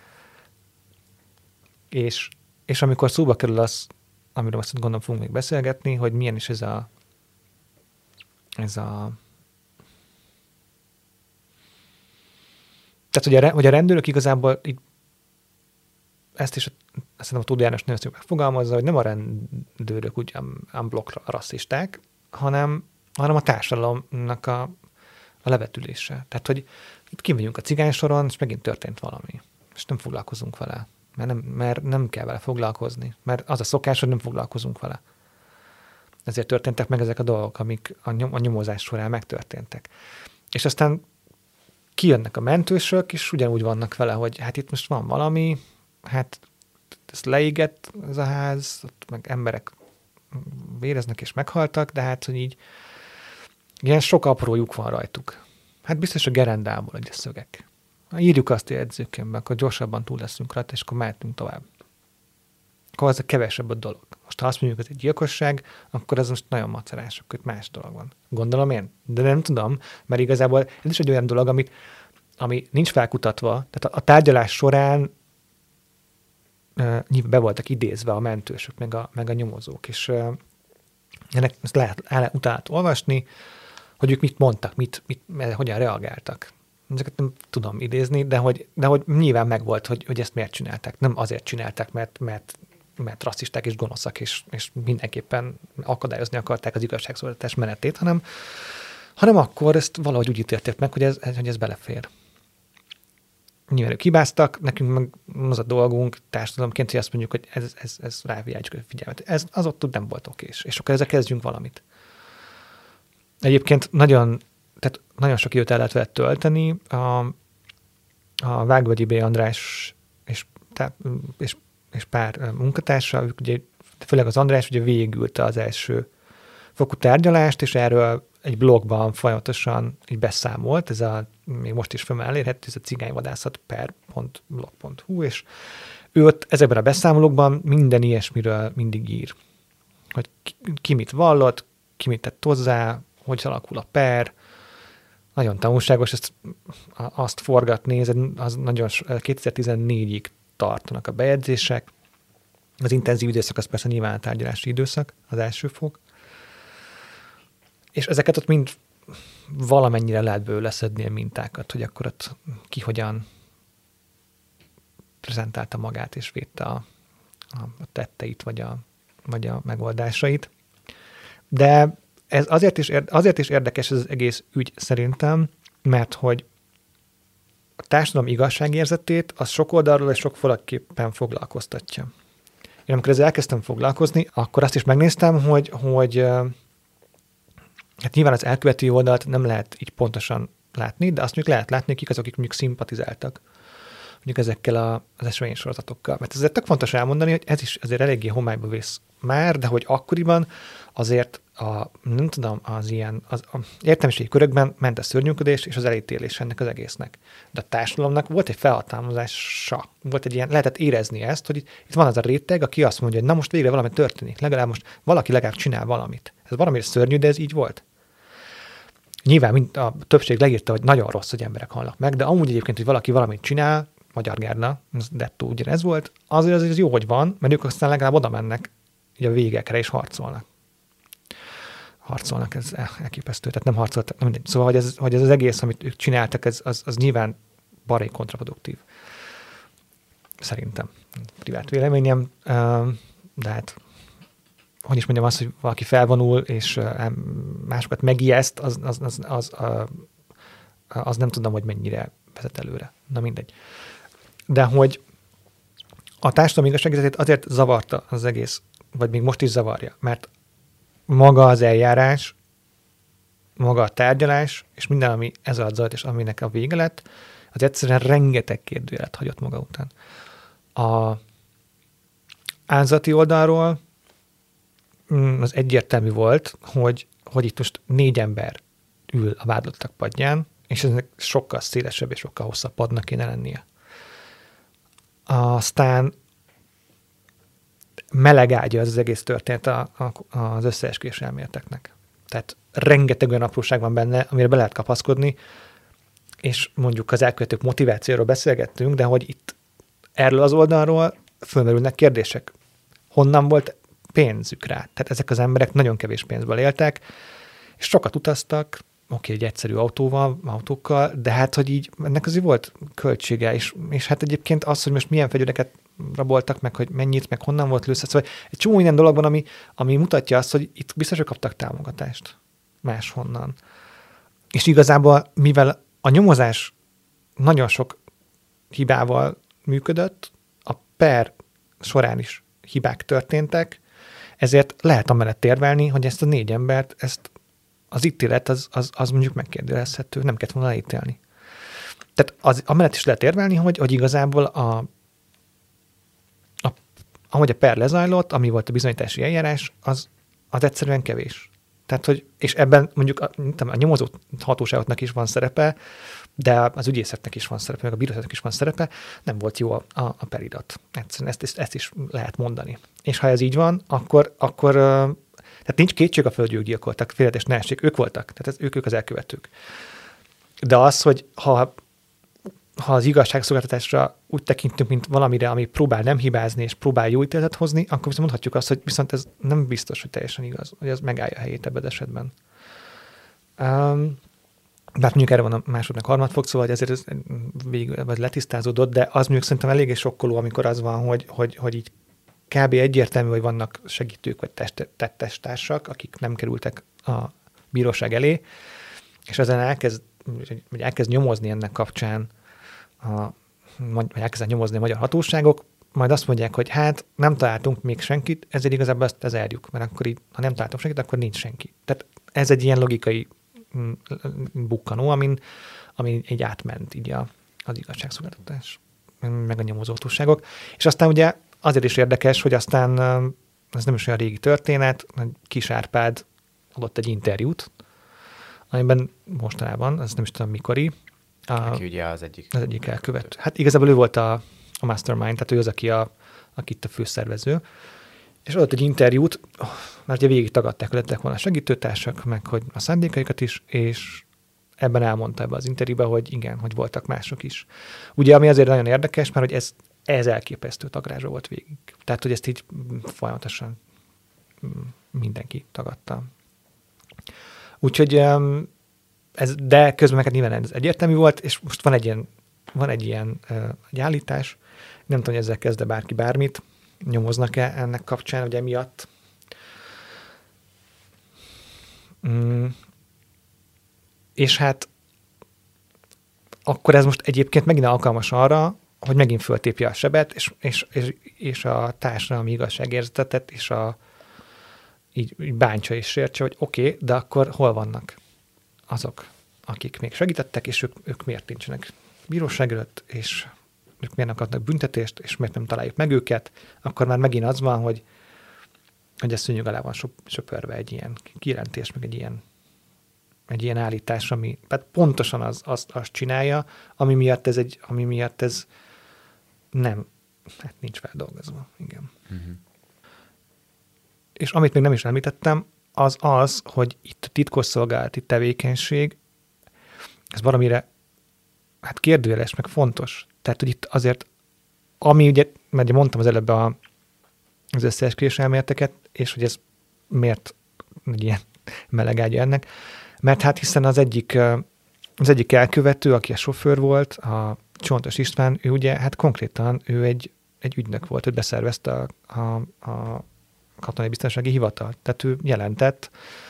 És, és amikor szóba kerül az, amiről azt gondolom fogunk még beszélgetni, hogy milyen is ez a ez a tehát, hogy a, hogy a rendőrök igazából így ezt is szerintem a Tóth János nagyon szépen megfogalmazza, hogy nem a rendőrök úgy unblock rasszisták, hanem, hanem a társadalomnak a, a levetülése. Tehát, hogy itt kimegyünk a cigánysoron, és megint történt valami. És nem foglalkozunk vele. Mert nem, mert nem kell vele foglalkozni. Mert az a szokás, hogy nem foglalkozunk vele. Ezért történtek meg ezek a dolgok, amik a, nyom, a nyomozás során megtörténtek. És aztán kijönnek a mentősök, és ugyanúgy vannak vele, hogy hát itt most van valami, hát ez leégett ez a ház, ott meg emberek véreznek és meghaltak, de hát, hogy így ilyen sok apró lyuk van rajtuk. Hát biztos a gerendából egy szögek. Írjuk azt a jegyzőkönyvbe, akkor gyorsabban túl leszünk rajta, és akkor mehetünk tovább. Akkor az a kevesebb a dolog. Most ha azt mondjuk, hogy ez egy gyilkosság, akkor ez most nagyon macerás, akkor itt más dolog van. Gondolom én, de nem tudom, mert igazából ez is egy olyan dolog, amit, ami nincs felkutatva, tehát a, a tárgyalás során uh, be voltak idézve a mentősök, meg a, meg a nyomozók, és uh, ennek ezt lehet, lehet utána olvasni, hogy ők mit mondtak, mit, mit, hogyan reagáltak. Ezeket nem tudom idézni, de hogy, de hogy nyilván megvolt, hogy, hogy ezt miért csinálták. Nem azért csinálták, mert, mert, mert rasszisták és gonoszak, és, és mindenképpen akadályozni akarták az igazságszolgáltatás menetét, hanem, hanem akkor ezt valahogy úgy ítélték meg, hogy ez, hogy ez belefér. Nyilván ők hibáztak, nekünk meg az a dolgunk társadalomként, hogy azt mondjuk, hogy ez, ez, ez rávigyágyjuk a figyelmet. Ez az ott nem volt okés, és akkor ezzel kezdjünk valamit. Egyébként nagyon, tehát nagyon sok időt el lehet vele tölteni. A, a Vágvölgyi B. András és, tá, és, és pár munkatársa, ők ugye, főleg az András ugye végigülte az első fokú tárgyalást, és erről egy blogban folyamatosan így beszámolt, ez a, még most is fel elérhető, ez a cigányvadászat per pont blog pont hu, és ő ott ezekben a beszámolókban minden ilyesmiről mindig ír. Hogy ki, ki mit vallott, ki mit tett hozzá, hogy alakul a per. Nagyon tanulságos ezt, azt forgatni, ez az nagyon kétezer-tizennégyig tartanak a bejegyzések. Az intenzív időszak az persze nyilván a tárgyalási időszak, az első fok. És ezeket ott mind valamennyire lehet bőle leszedni a mintákat, hogy akkor ott ki hogyan prezentálta magát és védte a, a tetteit, vagy a, vagy a megoldásait. De ez azért is, azért is érdekes ez az egész ügy szerintem, mert hogy a társadalom igazságérzetét az sok oldalról és sok falaképpen foglalkoztatja. Én amikor ezzel elkezdtem foglalkozni, akkor azt is megnéztem, hogy, hogy hát nyilván az elkövető oldalt nem lehet így pontosan látni, de azt mondjuk lehet látni, kik azok, akik mondjuk szimpatizáltak mondjuk ezekkel a, az eseménysorozatokkal. Mert ezért tök fontos elmondani, hogy ez is azért eléggé homályba vész már, de hogy akkoriban azért a, nem tudom, az ilyen, az, a értelmiségi körökben ment a szörnyűködés és az elítélés ennek az egésznek. De a társadalomnak volt egy felhatalmazása. Volt egy ilyen, lehetett érezni ezt, hogy itt, itt van az a réteg, aki azt mondja, hogy na most végre valami történik, legalább most valaki legalább csinál valamit. Ez valamire szörnyű, de ez így volt. Nyilván mind a többség leírta, hogy nagyon rossz, hogy emberek halnak meg, de amúgy egyébként, hogy valaki valamit csinál, Magyar Gárda, dettó ugyanez volt, azért az jó, hogy van, mert ők aztán legalább oda mennek így a végekre és harcolnak. Harcolnak, ez elképesztő, tehát nem harcoltak, nem mindegy. Szóval, hogy ez, hogy ez az egész, amit ők csináltak, ez, az, az nyilván baromi kontraproduktív. Szerintem. Privát véleményem, de hát hogy is mondjam azt, hogy valaki felvonul, és másokat megijeszt, az, az, az, az, az, az nem tudom, hogy mennyire vezet előre. Na mindegy. De hogy a társadalmi igazságérzetét azért zavarta az egész, vagy még most is zavarja, mert maga az eljárás, maga a tárgyalás, és minden, ami ez alatt zajlott, és aminek a vége lett, az egyszerűen rengeteg kérdőjelet hagyott maga után. A áldozati oldalról az egyértelmű volt, hogy, hogy itt most négy ember ül a vádlottak padján, és eznek sokkal szélesebb és sokkal hosszabb padnak kéne lennie. Aztán meleg ágya az, az egész történet a, a, az összeesküvés elméleteknek. Tehát rengeteg olyan apróság van benne, amire be lehet kapaszkodni, és mondjuk az elkövetők motivációról beszélgettünk, de hogy itt erről az oldalról fölmerülnek kérdések. Honnan volt pénzük rá? Tehát ezek az emberek nagyon kevés pénzből éltek, és sokat utaztak, oké, egy egyszerű autóval, autókkal, de hát, hogy így ennek azért volt költsége, és, és hát egyébként az, hogy most milyen fegyvereket raboltak meg, hogy mennyit, meg honnan volt lőszer. Szóval egy csomó minden dolog van, ami, ami mutatja azt, hogy itt biztos, hogy kaptak támogatást máshonnan. És igazából, mivel a nyomozás nagyon sok hibával működött, a per során is hibák történtek, ezért lehet amellett érvelni, hogy ezt a négy embert, ezt az ítélet, az, az, az mondjuk megkérdőjelezhető, nem kellett volna leítélni. Tehát az, amellett is lehet érvelni, hogy, hogy igazából a, a, ahogy a per lezajlott, ami volt a bizonyítási eljárás, az, az egyszerűen kevés. Tehát, hogy, és ebben mondjuk a, a nyomozó hatóságoknak is van szerepe, de az ügyészetnek is van szerepe, meg a bíróságnak is van szerepe, nem volt jó a, a, a perirat. Egyszerűen ezt, ezt, ezt is lehet mondani. És ha ez így van, akkor, akkor tehát nincs kétség a földgyilkoltak, félretés ne essék, ők voltak, tehát ez, ők, ők az elkövetők. De az, hogy ha, ha az igazságszolgáltatásra úgy tekintünk, mint valamire, ami próbál nem hibázni, és próbál jó ítéletet hozni, akkor viszont mondhatjuk azt, hogy viszont ez nem biztos, hogy teljesen igaz, hogy ez megállja a helyét ebben az esetben. Um, de hát mondjuk erre van a másodnak harmadfok, szóval ezért ez végül vagy letisztázódott, de az mondjuk szerintem eléggé sokkoló, amikor az van, hogy, hogy, hogy így kb. Egyértelmű, hogy vannak segítők vagy tettestársak, akik nem kerültek a bíróság elé, és ezen elkezd, vagy elkezd nyomozni ennek kapcsán, a, vagy elkezd nyomozni a magyar hatóságok, majd azt mondják, hogy hát nem találtunk még senkit, ezért igazából ezt lezárjuk, mert akkor így, ha nem találtunk senkit, akkor nincs senki. Tehát ez egy ilyen logikai bukkanó, amin, amin így átment így a, az igazságszolgáltatás, meg a nyomozóhatóságok. És aztán ugye azért is érdekes, hogy aztán ez nem is olyan régi történet, Kis Árpád adott egy interjút, amiben mostanában, ez nem is tudom mikori. Aki ugye az egyik. Az egyik elkövető. Hát igazából ő volt a, a mastermind, tehát ő az, aki, a, aki itt a főszervező. És adott egy interjút, mert ugye végig tagadták, hogy lettek volna segítőtársak, meg hogy a szándékaikat is, és ebben elmondta ebben az interjúban, hogy igen, hogy voltak mások is. Ugye, ami azért nagyon érdekes, mert hogy ez ez elképesztő tagrázsa volt végig. Tehát, hogy ezt így folyamatosan mindenki tagadta. Úgyhogy ez, de közben meg nyilván ez egyértelmű volt, és most van egy ilyen, van egy ilyen egy állítás, nem tudom, hogy ezzel kezd bárki bármit, nyomoznak-e ennek kapcsán, ugye miatt. Mm. És hát akkor ez most egyébként megint alkalmas arra, hogy megint föltépje a sebet, és, és, és, és a társadalmi igazságérzetet, és a így, így bántsa és sértse, hogy oké, okay, de akkor hol vannak azok, akik még segítettek, és ők, ők miért nincsenek bíróság előtt, és ők miért nem kapnak büntetést, és miért nem találjuk meg őket, akkor már megint az van, hogy, hogy ez szőnyeg alá van söpörve egy ilyen kijelentés, meg egy ilyen, egy ilyen állítás, ami hát pontosan az, az, azt csinálja, ami miatt ez, egy, ami miatt ez nem, hát nincs feldolgozva. Igen. Uh-huh. És amit még nem is említettem, az az, hogy itt a titkosszolgálati tevékenység, ez valamire hát kérdőjeles, meg fontos. Tehát, hogy itt azért, ami ugye, mert ugye mondtam az előbb a, az összeesküvés elméleteket, és hogy ez miért egy ilyen melegágya ennek, mert hát hiszen az egyik, az egyik elkövető, aki a sofőr volt, a Csontos István, ő ugye, hát konkrétan ő egy, egy ügynök volt, ő beszervezte a, a, a katonai biztonsági hivatal. Tehát ő jelentett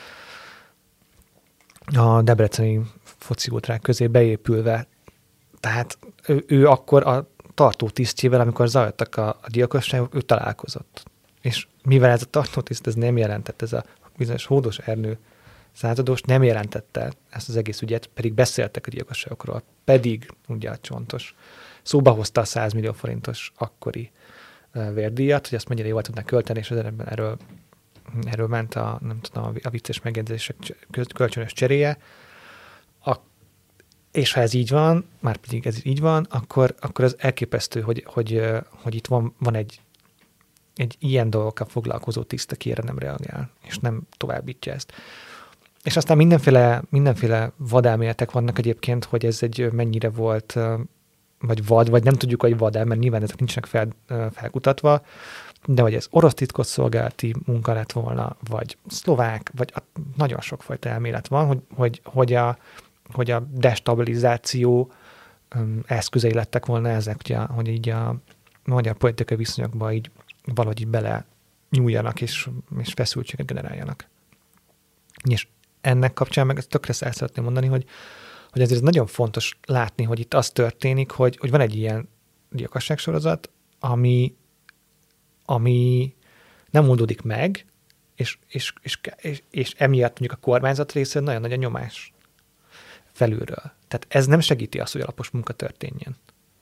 a debreceni foci útrák közé beépülve. Tehát ő, ő akkor a tartó tisztjével, amikor zajlottak a, a gyilkosságok, ő találkozott. És mivel ez a tartó tiszt, ez nem jelentett, ez a bizonyos Hódos Ernő százados nem jelentette ezt az egész ügyet, pedig beszéltek a gyilkosságokról, pedig ugye a Csontos szóba hozta a száz millió forintos akkori vérdíjat, hogy azt mennyire jól tudnak költeni, és erről, erről ment a, nem tudom, a vicces megjegyzések kölcsönös cseréje. A, és ha ez így van, már pedig ez így van, akkor, akkor az elképesztő, hogy, hogy, hogy itt van, van egy, egy ilyen dolgokkal foglalkozó tiszt, aki erre nem reagál, és nem továbbítja ezt. És aztán mindenféle, mindenféle vadelméletek vannak egyébként, hogy ez egy mennyire volt, vagy vad, vagy nem tudjuk, hogy vad-e, mert nyilván ezek nincsenek fel, felkutatva, de hogy ez orosz titkosszolgálati munka lett volna, vagy szlovák, vagy a, nagyon sokfajta elmélet van, hogy, hogy, hogy, a, hogy a destabilizáció um, eszközei lettek volna ezek, ugye, hogy így a magyar politikai viszonyokba így valahogy így bele nyúljanak, és, és feszültséget generáljanak. És ennek kapcsán meg ezt tökre el szeretném mondani, hogy, hogy ezért nagyon fontos látni, hogy itt az történik, hogy, hogy van egy ilyen gyilkosságsorozat, ami, ami nem oldódik meg, és, és, és, és, és emiatt mondjuk a kormányzat részéről nagyon nagy a nyomás felülről. Tehát ez nem segíti azt, hogy alapos munka történjen.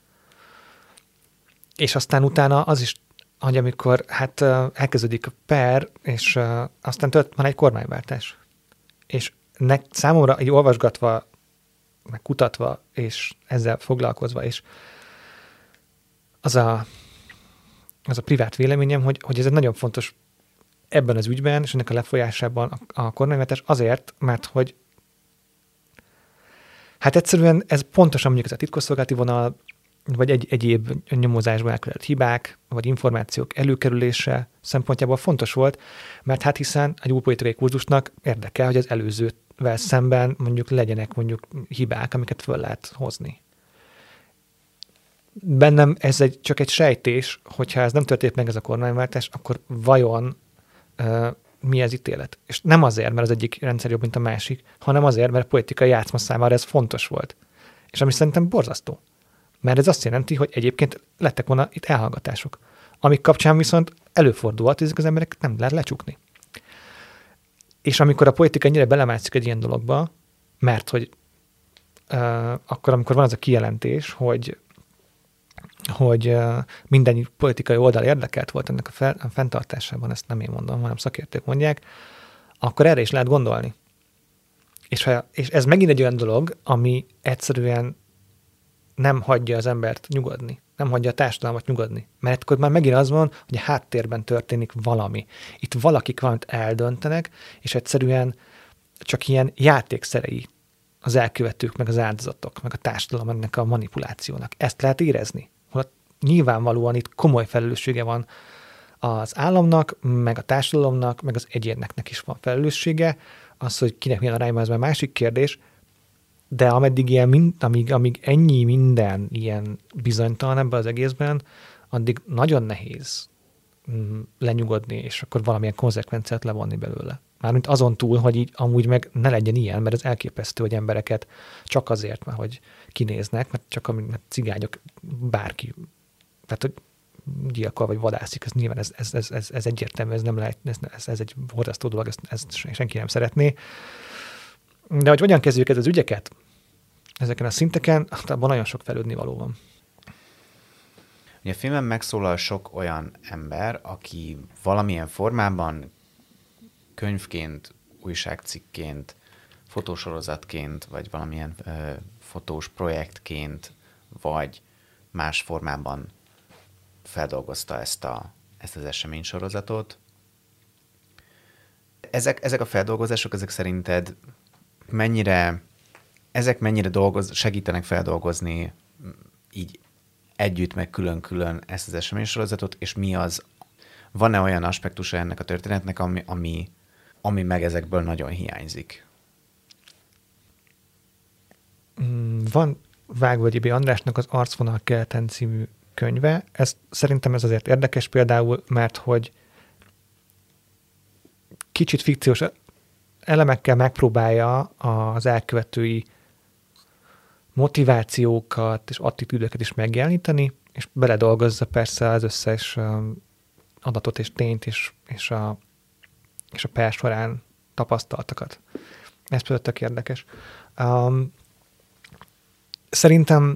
És aztán utána az is, hogy amikor hát elkezdődik a per, és aztán tört, van egy kormányváltás. És ne, számomra így olvasgatva, meg kutatva, és ezzel foglalkozva, és az a, az a privát véleményem, hogy, hogy ez egy nagyon fontos ebben az ügyben, és ennek a lefolyásában a, a kormányváltás azért, mert hogy hát egyszerűen ez pontosan mondjuk ez a titkosszolgálati vonal, vagy egy egyéb nyomozásban elkövetett hibák, vagy információk előkerülése szempontjából fontos volt, mert hát hiszen egy új politikai kurzusnak érdekel, hogy az előzővel szemben mondjuk legyenek mondjuk hibák, amiket föl lehet hozni. Bennem ez egy, csak egy sejtés, hogyha ez nem történt meg ez a kormányváltás, akkor vajon uh, mi az ítélet? És nem azért, mert az egyik rendszer jobb, mint a másik, hanem azért, mert a politikai játszma számára ez fontos volt. És ami szerintem borzasztó. Mert ez azt jelenti, hogy egyébként lettek volna itt elhallgatások, amik kapcsán viszont előfordulhat, hogy ezek az emberek nem lehet lecsukni. És amikor a politika ennyire belemászik egy ilyen dologba, mert hogy uh, akkor, amikor van az a kijelentés, hogy, hogy uh, minden politikai oldal érdekelt volt ennek a, fel, a fenntartásában, ezt nem én mondom, hanem szakértők mondják, akkor erre is lehet gondolni. És, ha, és ez megint egy olyan dolog, ami egyszerűen nem hagyja az embert nyugodni, nem hagyja a társadalmat nyugodni. Mert akkor már megint az van, hogy a háttérben történik valami. Itt valakik valamit eldöntenek, és egyszerűen csak ilyen játékszerei az elkövetők, meg az áldozatok, meg a társadalom ennek a manipulációnak. Ezt lehet érezni. nyilvánvalóan itt komoly felelőssége van az államnak, meg a társadalomnak, meg az egyéneknek is van felelőssége. Az, hogy kinek milyen arányban, ez már másik kérdés, de ameddig ilyen, mind, amíg, amíg ennyi minden ilyen bizonytalan ebben az egészben, addig nagyon nehéz lenyugodni, és akkor valamilyen konzekvenciát levonni belőle. Mármint azon túl, hogy így amúgy meg ne legyen ilyen, mert ez elképesztő, hogy embereket csak azért, mert hogy kinéznek, mert csak amíg cigányok bárki, tehát hogy gyilkol vagy vadászik, ez nyilván ez, ez, ez, ez, ez egyértelmű, ez nem lehet, ez, ez, ez egy hordasztó dolog, ezt, ezt senki nem szeretné. De hogy hogyan kezdjük ez az ügyeket ezeken a szinteken, abban nagyon sok fejlődni való van. A filmben megszólal sok olyan ember, aki valamilyen formában könyvként, újságcikként, fotósorozatként, vagy valamilyen ö, fotós projektként, vagy más formában feldolgozta ezt, a, ezt az eseménysorozatot. Ezek, ezek a feldolgozások, ezek szerinted mennyire, ezek mennyire dolgoz, segítenek feldolgozni így együtt, meg külön-külön ezt az eseménysorozatot, és mi az, van-e olyan aspektusa ennek a történetnek, ami, ami, ami meg ezekből nagyon hiányzik? Van Vágvölgyi B. Andrásnak az Arcvonal keleten című könyve. Ez, szerintem ez azért érdekes például, mert hogy kicsit fikciós elemekkel megpróbálja az elkövetői motivációkat és attitűdöket is megjeleníteni, és beledolgozza persze az összes adatot és tényt és, és, a, és a per során tapasztaltakat. Ez például tök érdekes. Um, szerintem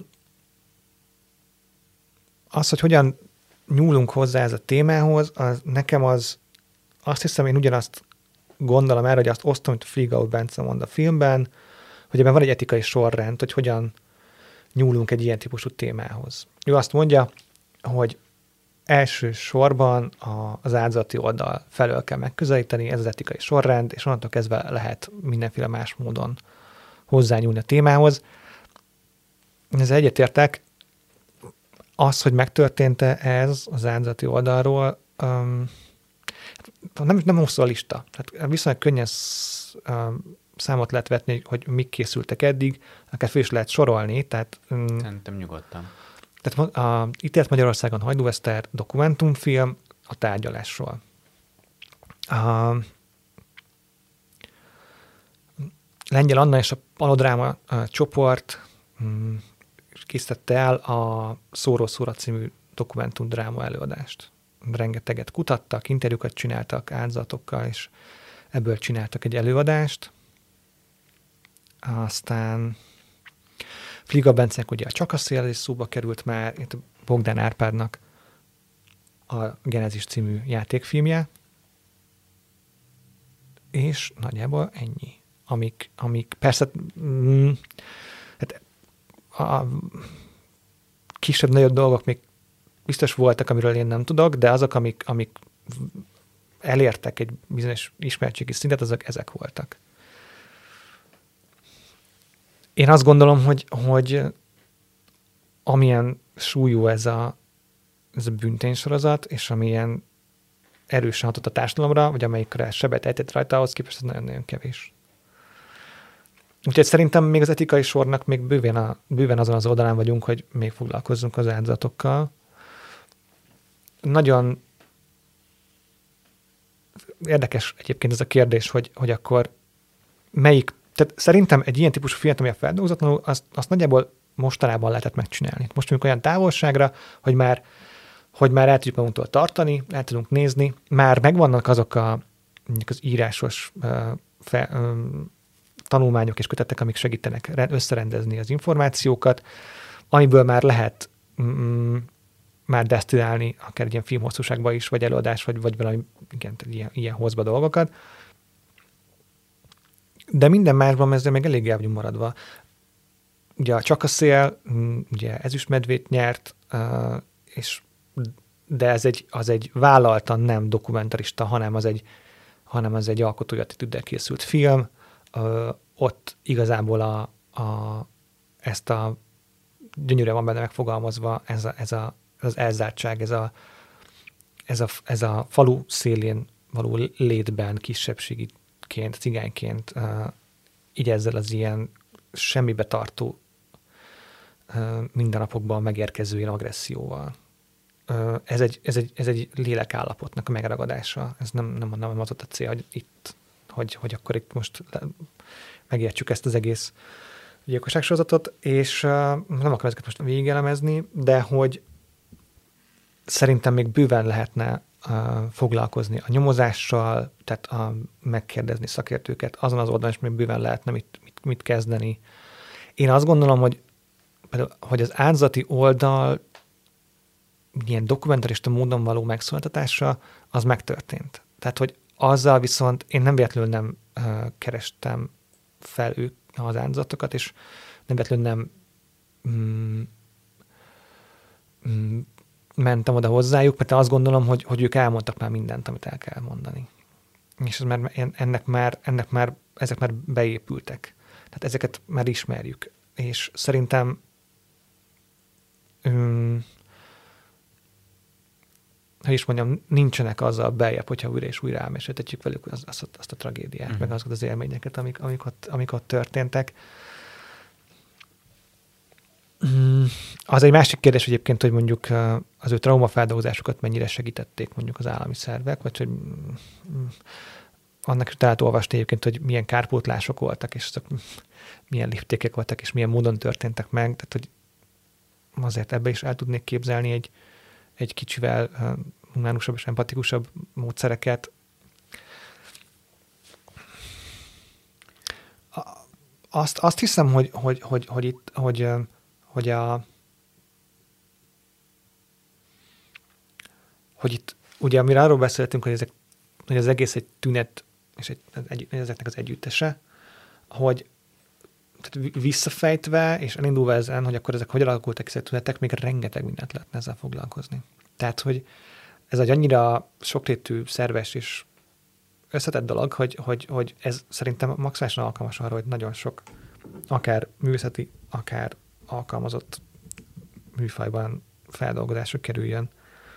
az, hogy hogyan nyúlunk hozzá ez a témához, az nekem az, azt hiszem, én ugyanazt gondolom erre, hogy azt osztom, hogy a Fliegau Bence mond a filmben, hogy ebben van egy etikai sorrend, hogy hogyan nyúlunk egy ilyen típusú témához. Ő azt mondja, hogy elsősorban a, az áldozati oldal felől kell megközelíteni, ez az etikai sorrend, és onnantól kezdve lehet mindenféle más módon hozzányúlni a témához. Ezzel egyetértek. Az, hogy megtörtént-e ez az áldozati oldalról, um, nem, nem hosszú a lista. Tehát viszonylag könnyen um, számot lehet vetni, hogy mik készültek eddig, akár fel is lehet sorolni. Tehát, um, Szerintem nyugodtan. Tehát a Ítélet Magyarországon Hajdú-Eszter dokumentumfilm a tárgyalásról. A Lengyel Anna és a Palodráma a csoport um, készítette el a Szóró Szóra című dokumentumdráma előadást. Rengeteget kutattak, interjúkat csináltak áldozatokkal, és ebből csináltak egy előadást. Aztán Fliga Bencének ugye a Csak a szél is szóba került már, itt Bogdán Árpádnak a Genezis című játékfilmje, és nagyjából ennyi. Amik, amik persze mm, hát a kisebb-nagyobb dolgok még biztos voltak, amiről én nem tudok, de azok, amik, amik elértek egy bizonyos ismertségi szintet, azok ezek voltak. Én azt gondolom, hogy, hogy amilyen súlyú ez a, ez a bűnténysorozat, és amilyen erősen hatott a társadalomra, vagy amelyikre sebet ejtett rajta, ahhoz képest ez nagyon-nagyon kevés. Úgyhogy szerintem még az etikai sornak még bőven, a, bőven azon az oldalán vagyunk, hogy még foglalkozzunk az áldozatokkal. Nagyon érdekes egyébként ez a kérdés, hogy, hogy akkor melyik, tehát szerintem egy ilyen típusú filmet, ami a feldolgozatlanul, azt, azt nagyjából mostanában lehetett megcsinálni. Most mondjuk olyan távolságra, hogy már, hogy már el tudjuk magunktól tartani, el tudunk nézni, már megvannak azok a, az írásos uh, fe, um, tanulmányok és kötetek, amik segítenek összerendezni az információkat, amiből már lehet mm, már desztillálni akár egy ilyen filmhosszúságba is, vagy előadás, vagy, vagy valami igen, ilyen, ilyen hozba dolgokat. De minden másban ezzel meg elég el vagyunk maradva. Ugye a Csak a szél, ugye ezüstmedvét nyert, és, de ez egy, az egy vállaltan nem dokumentarista, hanem az egy, hanem az egy alkotói attitűddel készült film. Ott igazából a, a, ezt a gyönyörűen van benne megfogalmazva ez a, ez a az elzártság, ez a, ez a, ez a falu szélén való létben kisebbségiként, cigányként, uh, így ezzel az ilyen semmibe tartó uh, mindennapokban megérkező ilyen agresszióval. Uh, ez, egy, ez, egy, ez egy lélekállapotnak a megragadása. Ez nem, nem, nem az ott a cél, hogy itt, hogy, hogy akkor itt most megértsük ezt az egész gyilkosságsorozatot, és uh, nem akarom ezeket most végigelemezni, de hogy szerintem még bőven lehetne uh, foglalkozni a nyomozással, tehát a, megkérdezni szakértőket, azon az oldalon is még bőven lehetne mit, mit, mit kezdeni. Én azt gondolom, hogy, hogy az áldozati oldal ilyen dokumentarista módon való megszólaltatása, az megtörtént. Tehát, hogy azzal viszont én nem véletlenül nem uh, kerestem fel ők az áldozatokat, és nem véletlenül nem mm, mm, mentem oda hozzájuk, mert azt gondolom, hogy, hogy ők elmondtak már mindent, amit el kell mondani. És ez már, ennek már, ennek már, ezek már beépültek. Tehát ezeket már ismerjük. És szerintem um, hogy is mondjam, nincsenek azzal beljebb, hogyha újra és újra elmeséltetjük velük azt, azt, azt a tragédiát, uh-huh. meg azokat az élményeket, amik, amik, ott, amik ott történtek. Az egy másik kérdés egyébként, hogy mondjuk az ő traumafeldolgozásokat mennyire segítették mondjuk az állami szervek, vagy hogy annak is lehet olvasni egyébként, hogy milyen kárpótlások voltak, és azok milyen léptékek voltak, és milyen módon történtek meg. Tehát, hogy azért ebbe is el tudnék képzelni egy, egy kicsivel humánusabb és empatikusabb módszereket. Azt, azt hiszem, hogy, hogy, hogy, hogy itt, hogy, hogy a hogy itt, ugye amire arról beszéltünk, hogy, ezek, hogy az egész egy tünet, és egy, egy, ezeknek az együttese, hogy tehát visszafejtve, és elindulva ezen, hogy akkor ezek hogy alakultak ezek tünetek, még rengeteg mindent lehetne ezzel foglalkozni. Tehát, hogy ez egy annyira sokrétű, szerves és összetett dolog, hogy, hogy, hogy ez szerintem maximálisan alkalmas arra, hogy nagyon sok, akár művészeti, akár alkalmazott műfajban feldolgozásra kerüljön.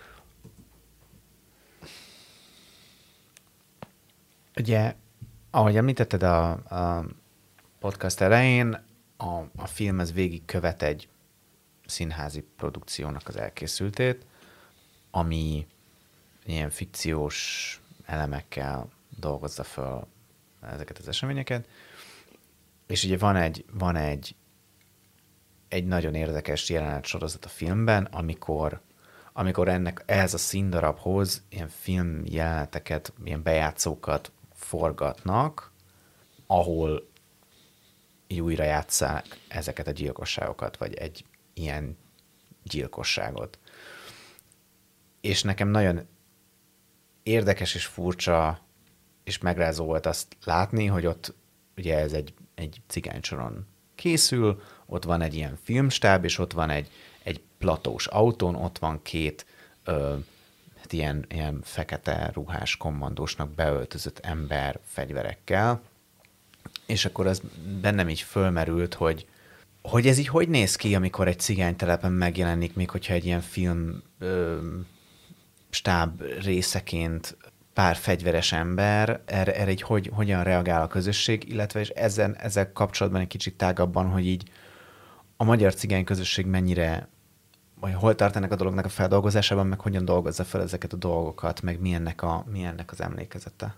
Ugye, ahogy említetted a, a podcast elején, a, a film ez végig követ egy színházi produkciónak az elkészültét, ami ilyen fikciós elemekkel dolgozza föl ezeket az eseményeket, és ugye van egy, van egy, egy nagyon érdekes jelenetsorozat a filmben, amikor, amikor ennek ehhez a színdarabhoz ilyen filmjeleneteket, ilyen bejátszókat forgatnak, ahol újra játsszák ezeket a gyilkosságokat, vagy egy ilyen gyilkosságot. És nekem nagyon érdekes és furcsa és megrázó volt azt látni, hogy ott ugye ez egy, egy cigánycsoron készül, ott van egy ilyen filmstáb, és ott van egy, egy platós autón, ott van két ö, hát ilyen, ilyen fekete ruhás kommandósnak beöltözött ember fegyverekkel, és akkor az bennem így fölmerült, hogy, hogy ez így hogy néz ki, amikor egy cigánytelepen megjelenik, még hogyha egy ilyen film ö, stáb részeként pár fegyveres ember, erre, erre így hogy, hogyan reagál a közösség, illetve és ezen, ezzel kapcsolatban egy kicsit tágabban, hogy így a magyar cigány közösség mennyire, vagy hol tart ennek a dolognak a feldolgozásában, meg hogyan dolgozza fel ezeket a dolgokat, meg milyennek, a, milyennek az emlékezete.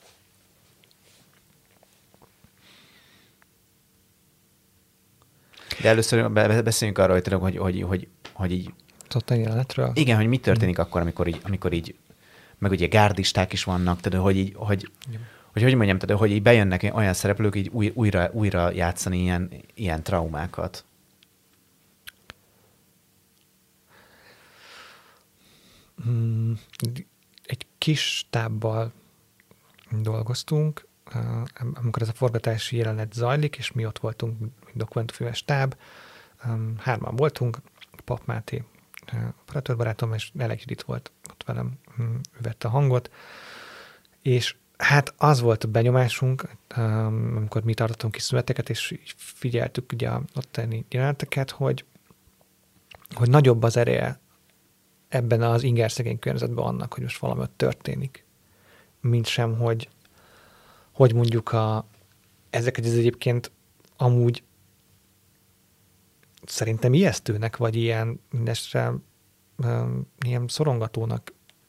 De először beszéljünk arról, hogy, hogy, hogy, hogy, hogy így... Tudta jelenetről? Igen, hogy mi történik akkor, amikor így, amikor így meg ugye gárdisták is vannak, tehát hogy így, hogy, hogy, hogy mondjam, tehát hogy így bejönnek olyan szereplők így új, újra, újra játszani ilyen, ilyen traumákat. Egy kis stábbal dolgoztunk, amikor ez a forgatási jelenet zajlik, és mi ott voltunk, dokumentumfilmes stáb, hárman voltunk, Pap Máté, operatőrbarátom, és Elek Judit volt ott velem, ő vette a hangot, és hát az volt a benyomásunk, amikor mi tartottunk kis szüneteket, és figyeltük ugye a ottani jeleneteket, hogy, hogy nagyobb az ereje ebben az ingerszegény környezetben annak, hogy most valami ott történik. Mint sem, hogy, hogy mondjuk a, ezeket az egyébként amúgy szerintem ijesztőnek, vagy ilyen mindestre um, ilyen szorongatónak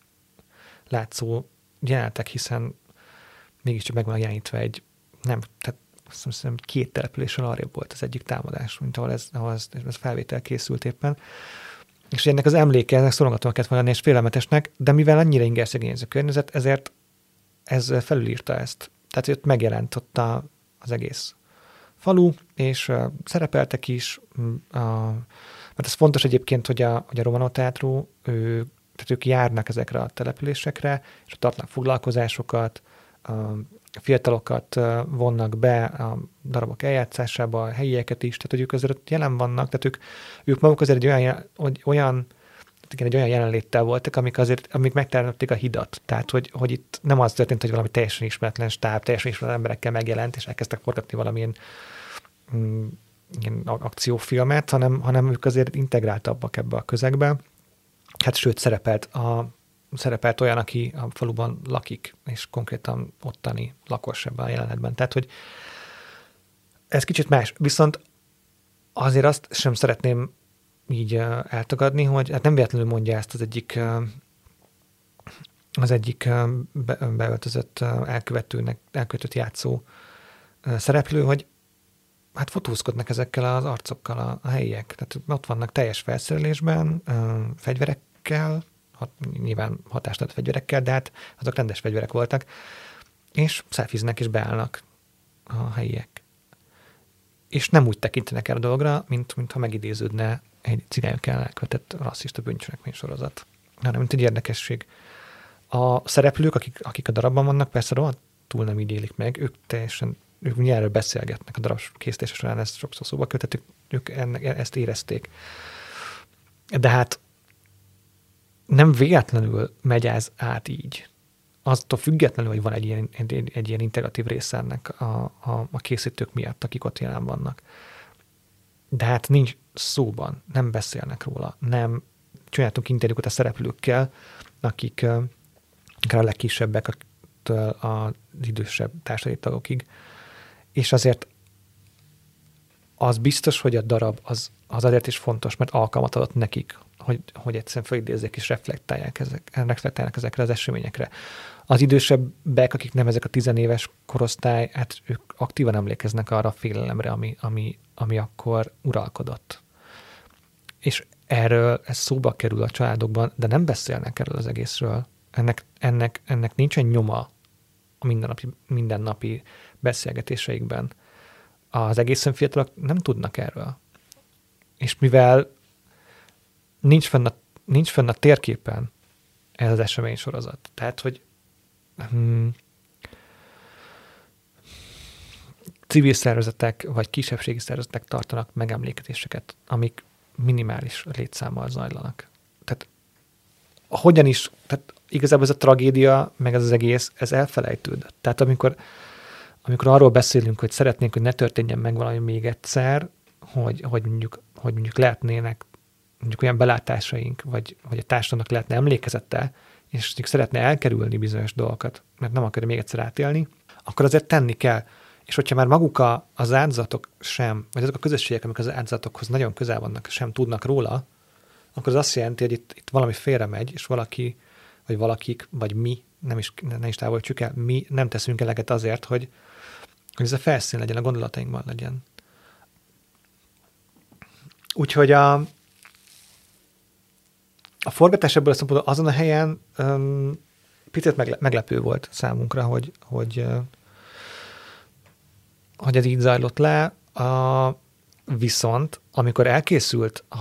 látszó jelenetek, hiszen mégiscsak meg van jelenítve egy, nem, tehát azt hiszem két településről arrébb volt az egyik támadás, mint ahol ez, ahol ez, ez felvétel készült éppen. És ennek az emléke, ennek szorongatónak kellett volna lenni és félelmetesnek, de mivel annyira ingerszegény ez a környezet, ezért ez felülírta ezt. Tehát ott megjelent ott a, az egész falu, és uh, szerepeltek is. Uh, mert ez fontos egyébként, hogy a, hogy a Romano Teatro, ő, tehát ők járnak ezekre a településekre, és tartnak foglalkozásokat, uh, fiatalokat uh, vonnak be a darabok eljátszásába, a helyieket is, tehát hogy ők azért jelen vannak, tehát ők, ők maguk azért egy olyan, hogy olyan igen, egy olyan jelenléttel voltak, amik azért, amik megteremtették a hidat. Tehát, hogy, hogy itt nem az történt, hogy valami teljesen ismeretlen stáb, teljesen ismeretlen emberekkel megjelent, és elkezdtek forgatni valamilyen mm, ilyen akciófilmet, hanem, hanem ők azért integráltabbak ebbe a közegbe. Hát sőt, szerepelt, a, szerepelt olyan, aki a faluban lakik, és konkrétan ottani lakos ebben a jelenetben. Tehát, hogy ez kicsit más. Viszont azért azt sem szeretném így uh, eltagadni, hogy hát nem véletlenül mondja ezt az egyik uh, az egyik uh, be, beöltözött uh, elkövetőnek, elkövetőt játszó uh, szereplő, hogy hát fotózkodnak ezekkel az arcokkal a, a helyiek. Tehát ott vannak teljes felszerelésben, uh, fegyverekkel, hat, nyilván hatástalan fegyverekkel, de hát azok rendes fegyverek voltak, és szelfiznek és beállnak a helyiek. És nem úgy tekintenek el a dologra, mint, mint ha megidéződne egy cigányok ellen elkövetett rasszista bűncselekmény sorozat. Hanem, mint egy érdekesség. A szereplők, akik, akik a darabban vannak, persze rohadtul nem így élik meg, ők teljesen, ők erről beszélgetnek a darab készítése során, ezt sokszor szóba kötettük, ők ennek, ezt érezték. De hát nem véletlenül megy ez át így. Aztól függetlenül, hogy van egy ilyen, egy, egy ilyen integratív része ennek a, a, a készítők miatt, akik ott jelen vannak. De hát nincs szóban, nem beszélnek róla, nem csináltunk interjúkat a szereplőkkel, akik akár a legkisebbek az idősebb társadalmi tagokig. És azért az biztos, hogy a darab az, az azért is fontos, mert alkalmat adott nekik, hogy, hogy egyszerűen felidézzék és reflektálják ezek, reflektálják ezekre az eseményekre. Az idősebbek, akik nem ezek a tizenéves korosztály, hát ők aktívan emlékeznek arra a félelemre, ami, ami, ami akkor uralkodott. És erről ez szóba kerül a családokban, de nem beszélnek erről az egészről. Ennek, ennek, ennek nincsen nyoma a mindennapi, mindennapi beszélgetéseikben. Az egészen fiatalok nem tudnak erről. És mivel nincs fenn a, nincs fenn a térképen ez az esemény sorozat, tehát, hogy hmm, civil szervezetek vagy kisebbségi szervezetek tartanak megemlékezéseket, amik minimális létszámmal zajlanak. Tehát hogyan is, tehát igazából ez a tragédia, meg ez az egész, ez elfelejtődött. Tehát amikor, amikor arról beszélünk, hogy szeretnénk, hogy ne történjen meg valami még egyszer, hogy, hogy, mondjuk, hogy mondjuk lehetnének mondjuk olyan belátásaink, vagy, vagy a társadalomnak lehetne emlékezete, és mondjuk szeretne elkerülni bizonyos dolgokat, mert nem akarja még egyszer átélni, akkor azért tenni kell. És hogyha már maguk a, az áldozatok sem, vagy azok a közösségek, amik az áldozatokhoz nagyon közel vannak, sem tudnak róla, akkor az azt jelenti, hogy itt, itt valami félre megy, és valaki, vagy valakik, vagy mi, nem is, ne is távolítsuk el, mi nem teszünk eleget azért, hogy, hogy ez a felszín legyen, a gondolatainkban legyen. Úgyhogy a, a forgatás ebből a szempontból azon a helyen um, picit megle, meglepő volt számunkra, hogy, hogy, uh, hogy ez így zajlott le. A, viszont, amikor elkészült a,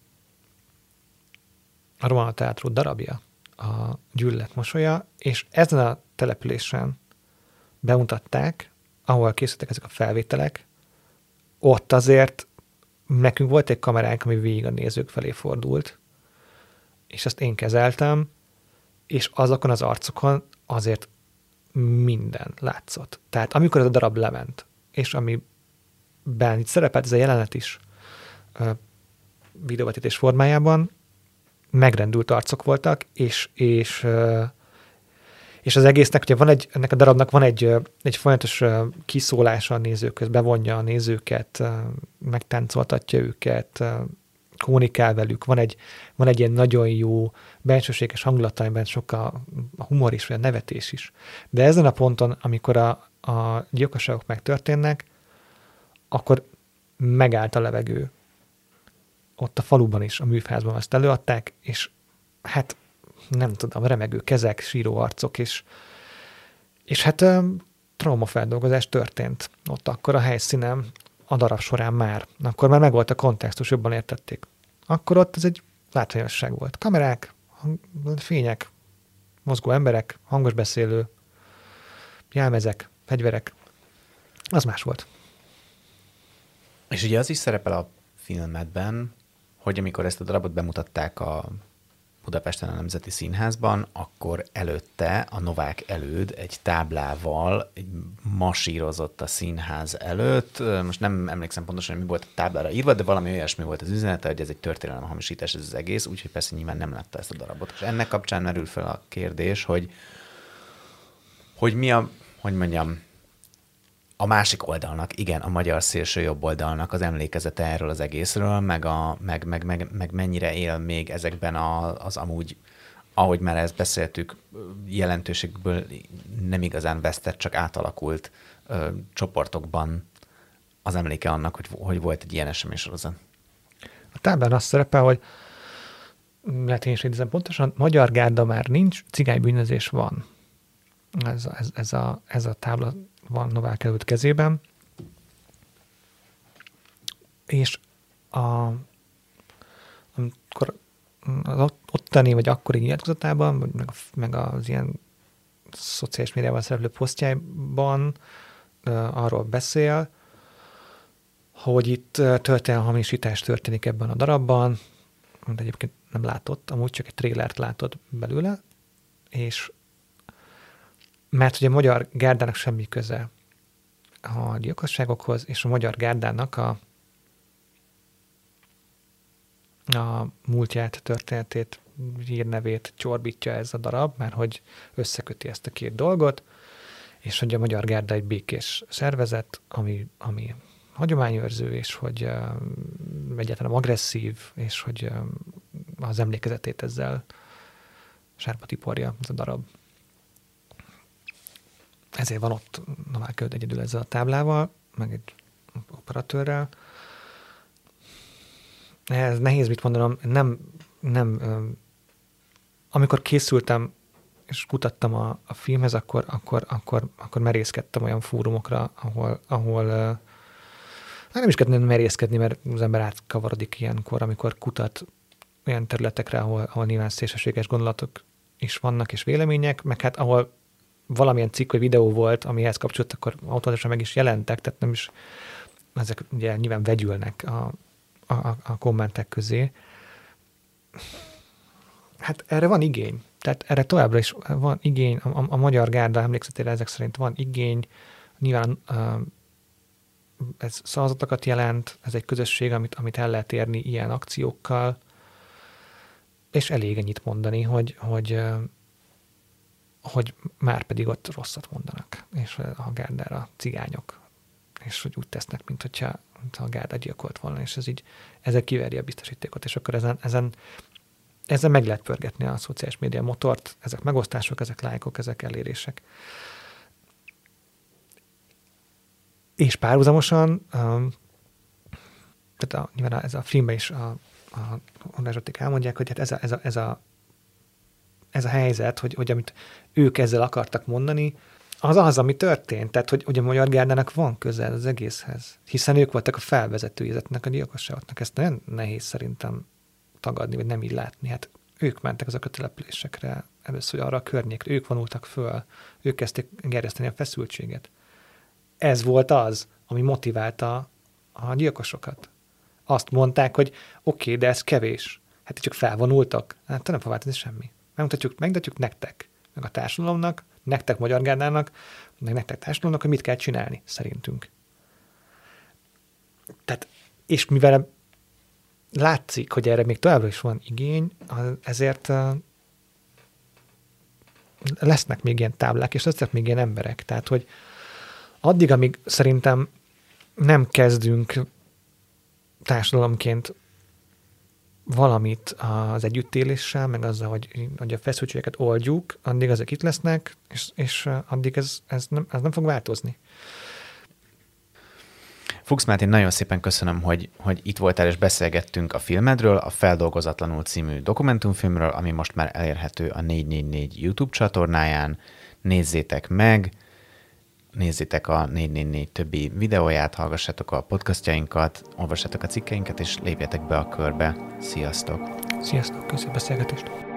a Romano Teatro darabja, a Gyűlölet mosolya, és ezen a településen bemutatták, ahol készültek ezek a felvételek, ott azért nekünk volt egy kameránk, ami végig a nézők felé fordult, és ezt én kezeltem, és azokon az arcokon azért minden látszott. Tehát amikor ez a darab lement, és amiben itt szerepelt ez a jelenet is videóvetítés formájában, megrendült arcok voltak, és, és, és az egésznek, ugye van egy, ennek a darabnak van egy, egy folyamatos kiszólása a nézőköz, bevonja a nézőket, megtáncoltatja őket, kommunikál velük, van egy, van egy ilyen nagyon jó bensőséges hangulata, amiben sok a, a humor is, vagy a nevetés is. De ezen a ponton, amikor a, a gyilkosságok megtörténnek, akkor megállt a levegő. Ott a faluban is, a műfázban azt előadták, és hát nem tudom, remegő kezek, síró arcok, és, és hát traumafeldolgozás történt ott akkor a helyszínen, a darab során már. Akkor már megvolt a kontextus, jobban értették. Akkor ott ez egy látványosság volt. Kamerák, hang, fények, mozgó emberek, hangos beszélő, jelmezek, fegyverek. Az más volt. És ugye az is szerepel a filmedben, hogy amikor ezt a darabot bemutatták a Budapesten a Nemzeti Színházban, akkor előtte a Novák Előd egy táblával egy masírozott a színház előtt. Most nem emlékszem pontosan, hogy mi volt a táblára írva, de valami olyasmi volt az üzenete, hogy ez egy történelemhamisítás ez az egész, úgyhogy persze nyilván nem látta ezt a darabot. És ennek kapcsán merül fel a kérdés, hogy, hogy mi a, hogy mondjam, a másik oldalnak, igen, a magyar szélső jobb oldalnak az emlékezete erről az egészről, meg, a, meg, meg, meg, meg mennyire él még ezekben a, az amúgy, ahogy már ezt beszéltük, jelentőségből nem igazán vesztett, csak átalakult ö, csoportokban az emléke annak, hogy, hogy volt egy ilyen eseménysorozat. A táblán azt szerepel, hogy lehet én is idézem pontosan, magyar gárda már nincs, cigánybűnözés van. Ez, ez, ez, a, ez a tábla van Novák Előd kezében, és a, amikor az ottani vagy akkori nyilatkozatában, meg, meg az ilyen szociális médiában szereplő posztjában uh, arról beszél, hogy itt történelmhamisítás történik ebben a darabban, de egyébként nem látott, amúgy csak egy trélert látott belőle, és mert ugye a magyar gárdának semmi köze a gyilkosságokhoz, és a magyar gárdának a, a múltját, történetét, hírnevét csorbítja ez a darab, mert hogy összeköti ezt a két dolgot, és hogy a magyar gárda egy békés szervezet, ami, ami hagyományőrző, és hogy uh, egyáltalán agresszív, és hogy uh, az emlékezetét ezzel sárba tiporja ez a darab. Ezért van ott Novák Előd egyedül ezzel a táblával, meg egy operatőrrel. Ez nehéz mit mondanom, nem, nem amikor készültem és kutattam a, a filmhez, akkor, akkor, akkor, akkor merészkedtem olyan fórumokra, ahol, ahol hát nem is kell merészkedni, mert az ember átkavarodik ilyenkor, amikor kutat olyan területekre, ahol, ahol nyilván szélsőséges gondolatok is vannak, és vélemények, meg hát ahol valamilyen cikk vagy videó volt, amihez kapcsolat, akkor automatikusan meg is jelentek, tehát nem is, ezek ugye nyilván vegyülnek a, a, a kommentek közé. Hát erre van igény. Tehát erre továbbra is van igény, a, a, a magyar gárda emlékszetére ezek szerint van igény, nyilván uh, ez szavazatokat jelent, ez egy közösség, amit, amit el lehet érni ilyen akciókkal, és elég ennyit mondani, hogy, hogy uh, hogy már pedig ott rosszat mondanak, és a gárdára cigányok, és hogy úgy tesznek, mint hogyha mint a gárda gyilkolt volna, és ez így, ezzel kiverje a biztosítékot, és akkor ezen, ezen, ezen meg lehet pörgetni a szociális média motort, ezek megosztások, ezek lájkok, ezek elérések. És párhuzamosan, um, tehát a, nyilván ez a filmben is a, a András elmondják, hogy hát ez a, ez a, ez a ez a helyzet, hogy, hogy amit ők ezzel akartak mondani, az az, ami történt. Tehát, hogy, hogy a magyar gárdának van közel az egészhez. Hiszen ők voltak a felvezetői ezeknek a gyilkosságoknak. Ezt nagyon nehéz szerintem tagadni, vagy nem így látni. Hát ők mentek azok a településekre először arra a környékre. Ők vonultak föl. Ők kezdték gerjeszteni a feszültséget. Ez volt az, ami motiválta a gyilkosokat. Azt mondták, hogy oké, okay, de ez kevés. Hát csak felvonultak. Hát nem fog változni semmi. Megmutatjuk, megmutatjuk nektek, meg a társadalomnak, nektek magyar gárdának, meg nektek társadalomnak, hogy mit kell csinálni, szerintünk. Tehát, és mivel látszik, hogy erre még továbbra is van igény, ezért lesznek még ilyen táblák, és lesznek még ilyen emberek. Tehát, hogy addig, amíg szerintem nem kezdünk társadalomként valamit az együttéléssel, meg azzal, hogy, hogy a feszültségeket oldjuk, addig ezek itt lesznek, és, és addig ez, ez, nem, ez nem fog változni. Fuchs Máté, nagyon szépen köszönöm, hogy, hogy itt voltál, és beszélgettünk a filmedről, a Feldolgozatlanul című dokumentumfilmről, ami most már elérhető a négy négy négy YouTube csatornáján. Nézzétek meg, nézzétek a négy négy négy többi videóját, hallgassátok a podcastjainkat, olvassátok a cikkeinket, és lépjetek be a körbe. Sziasztok! Sziasztok, köszönöm a beszélgetést!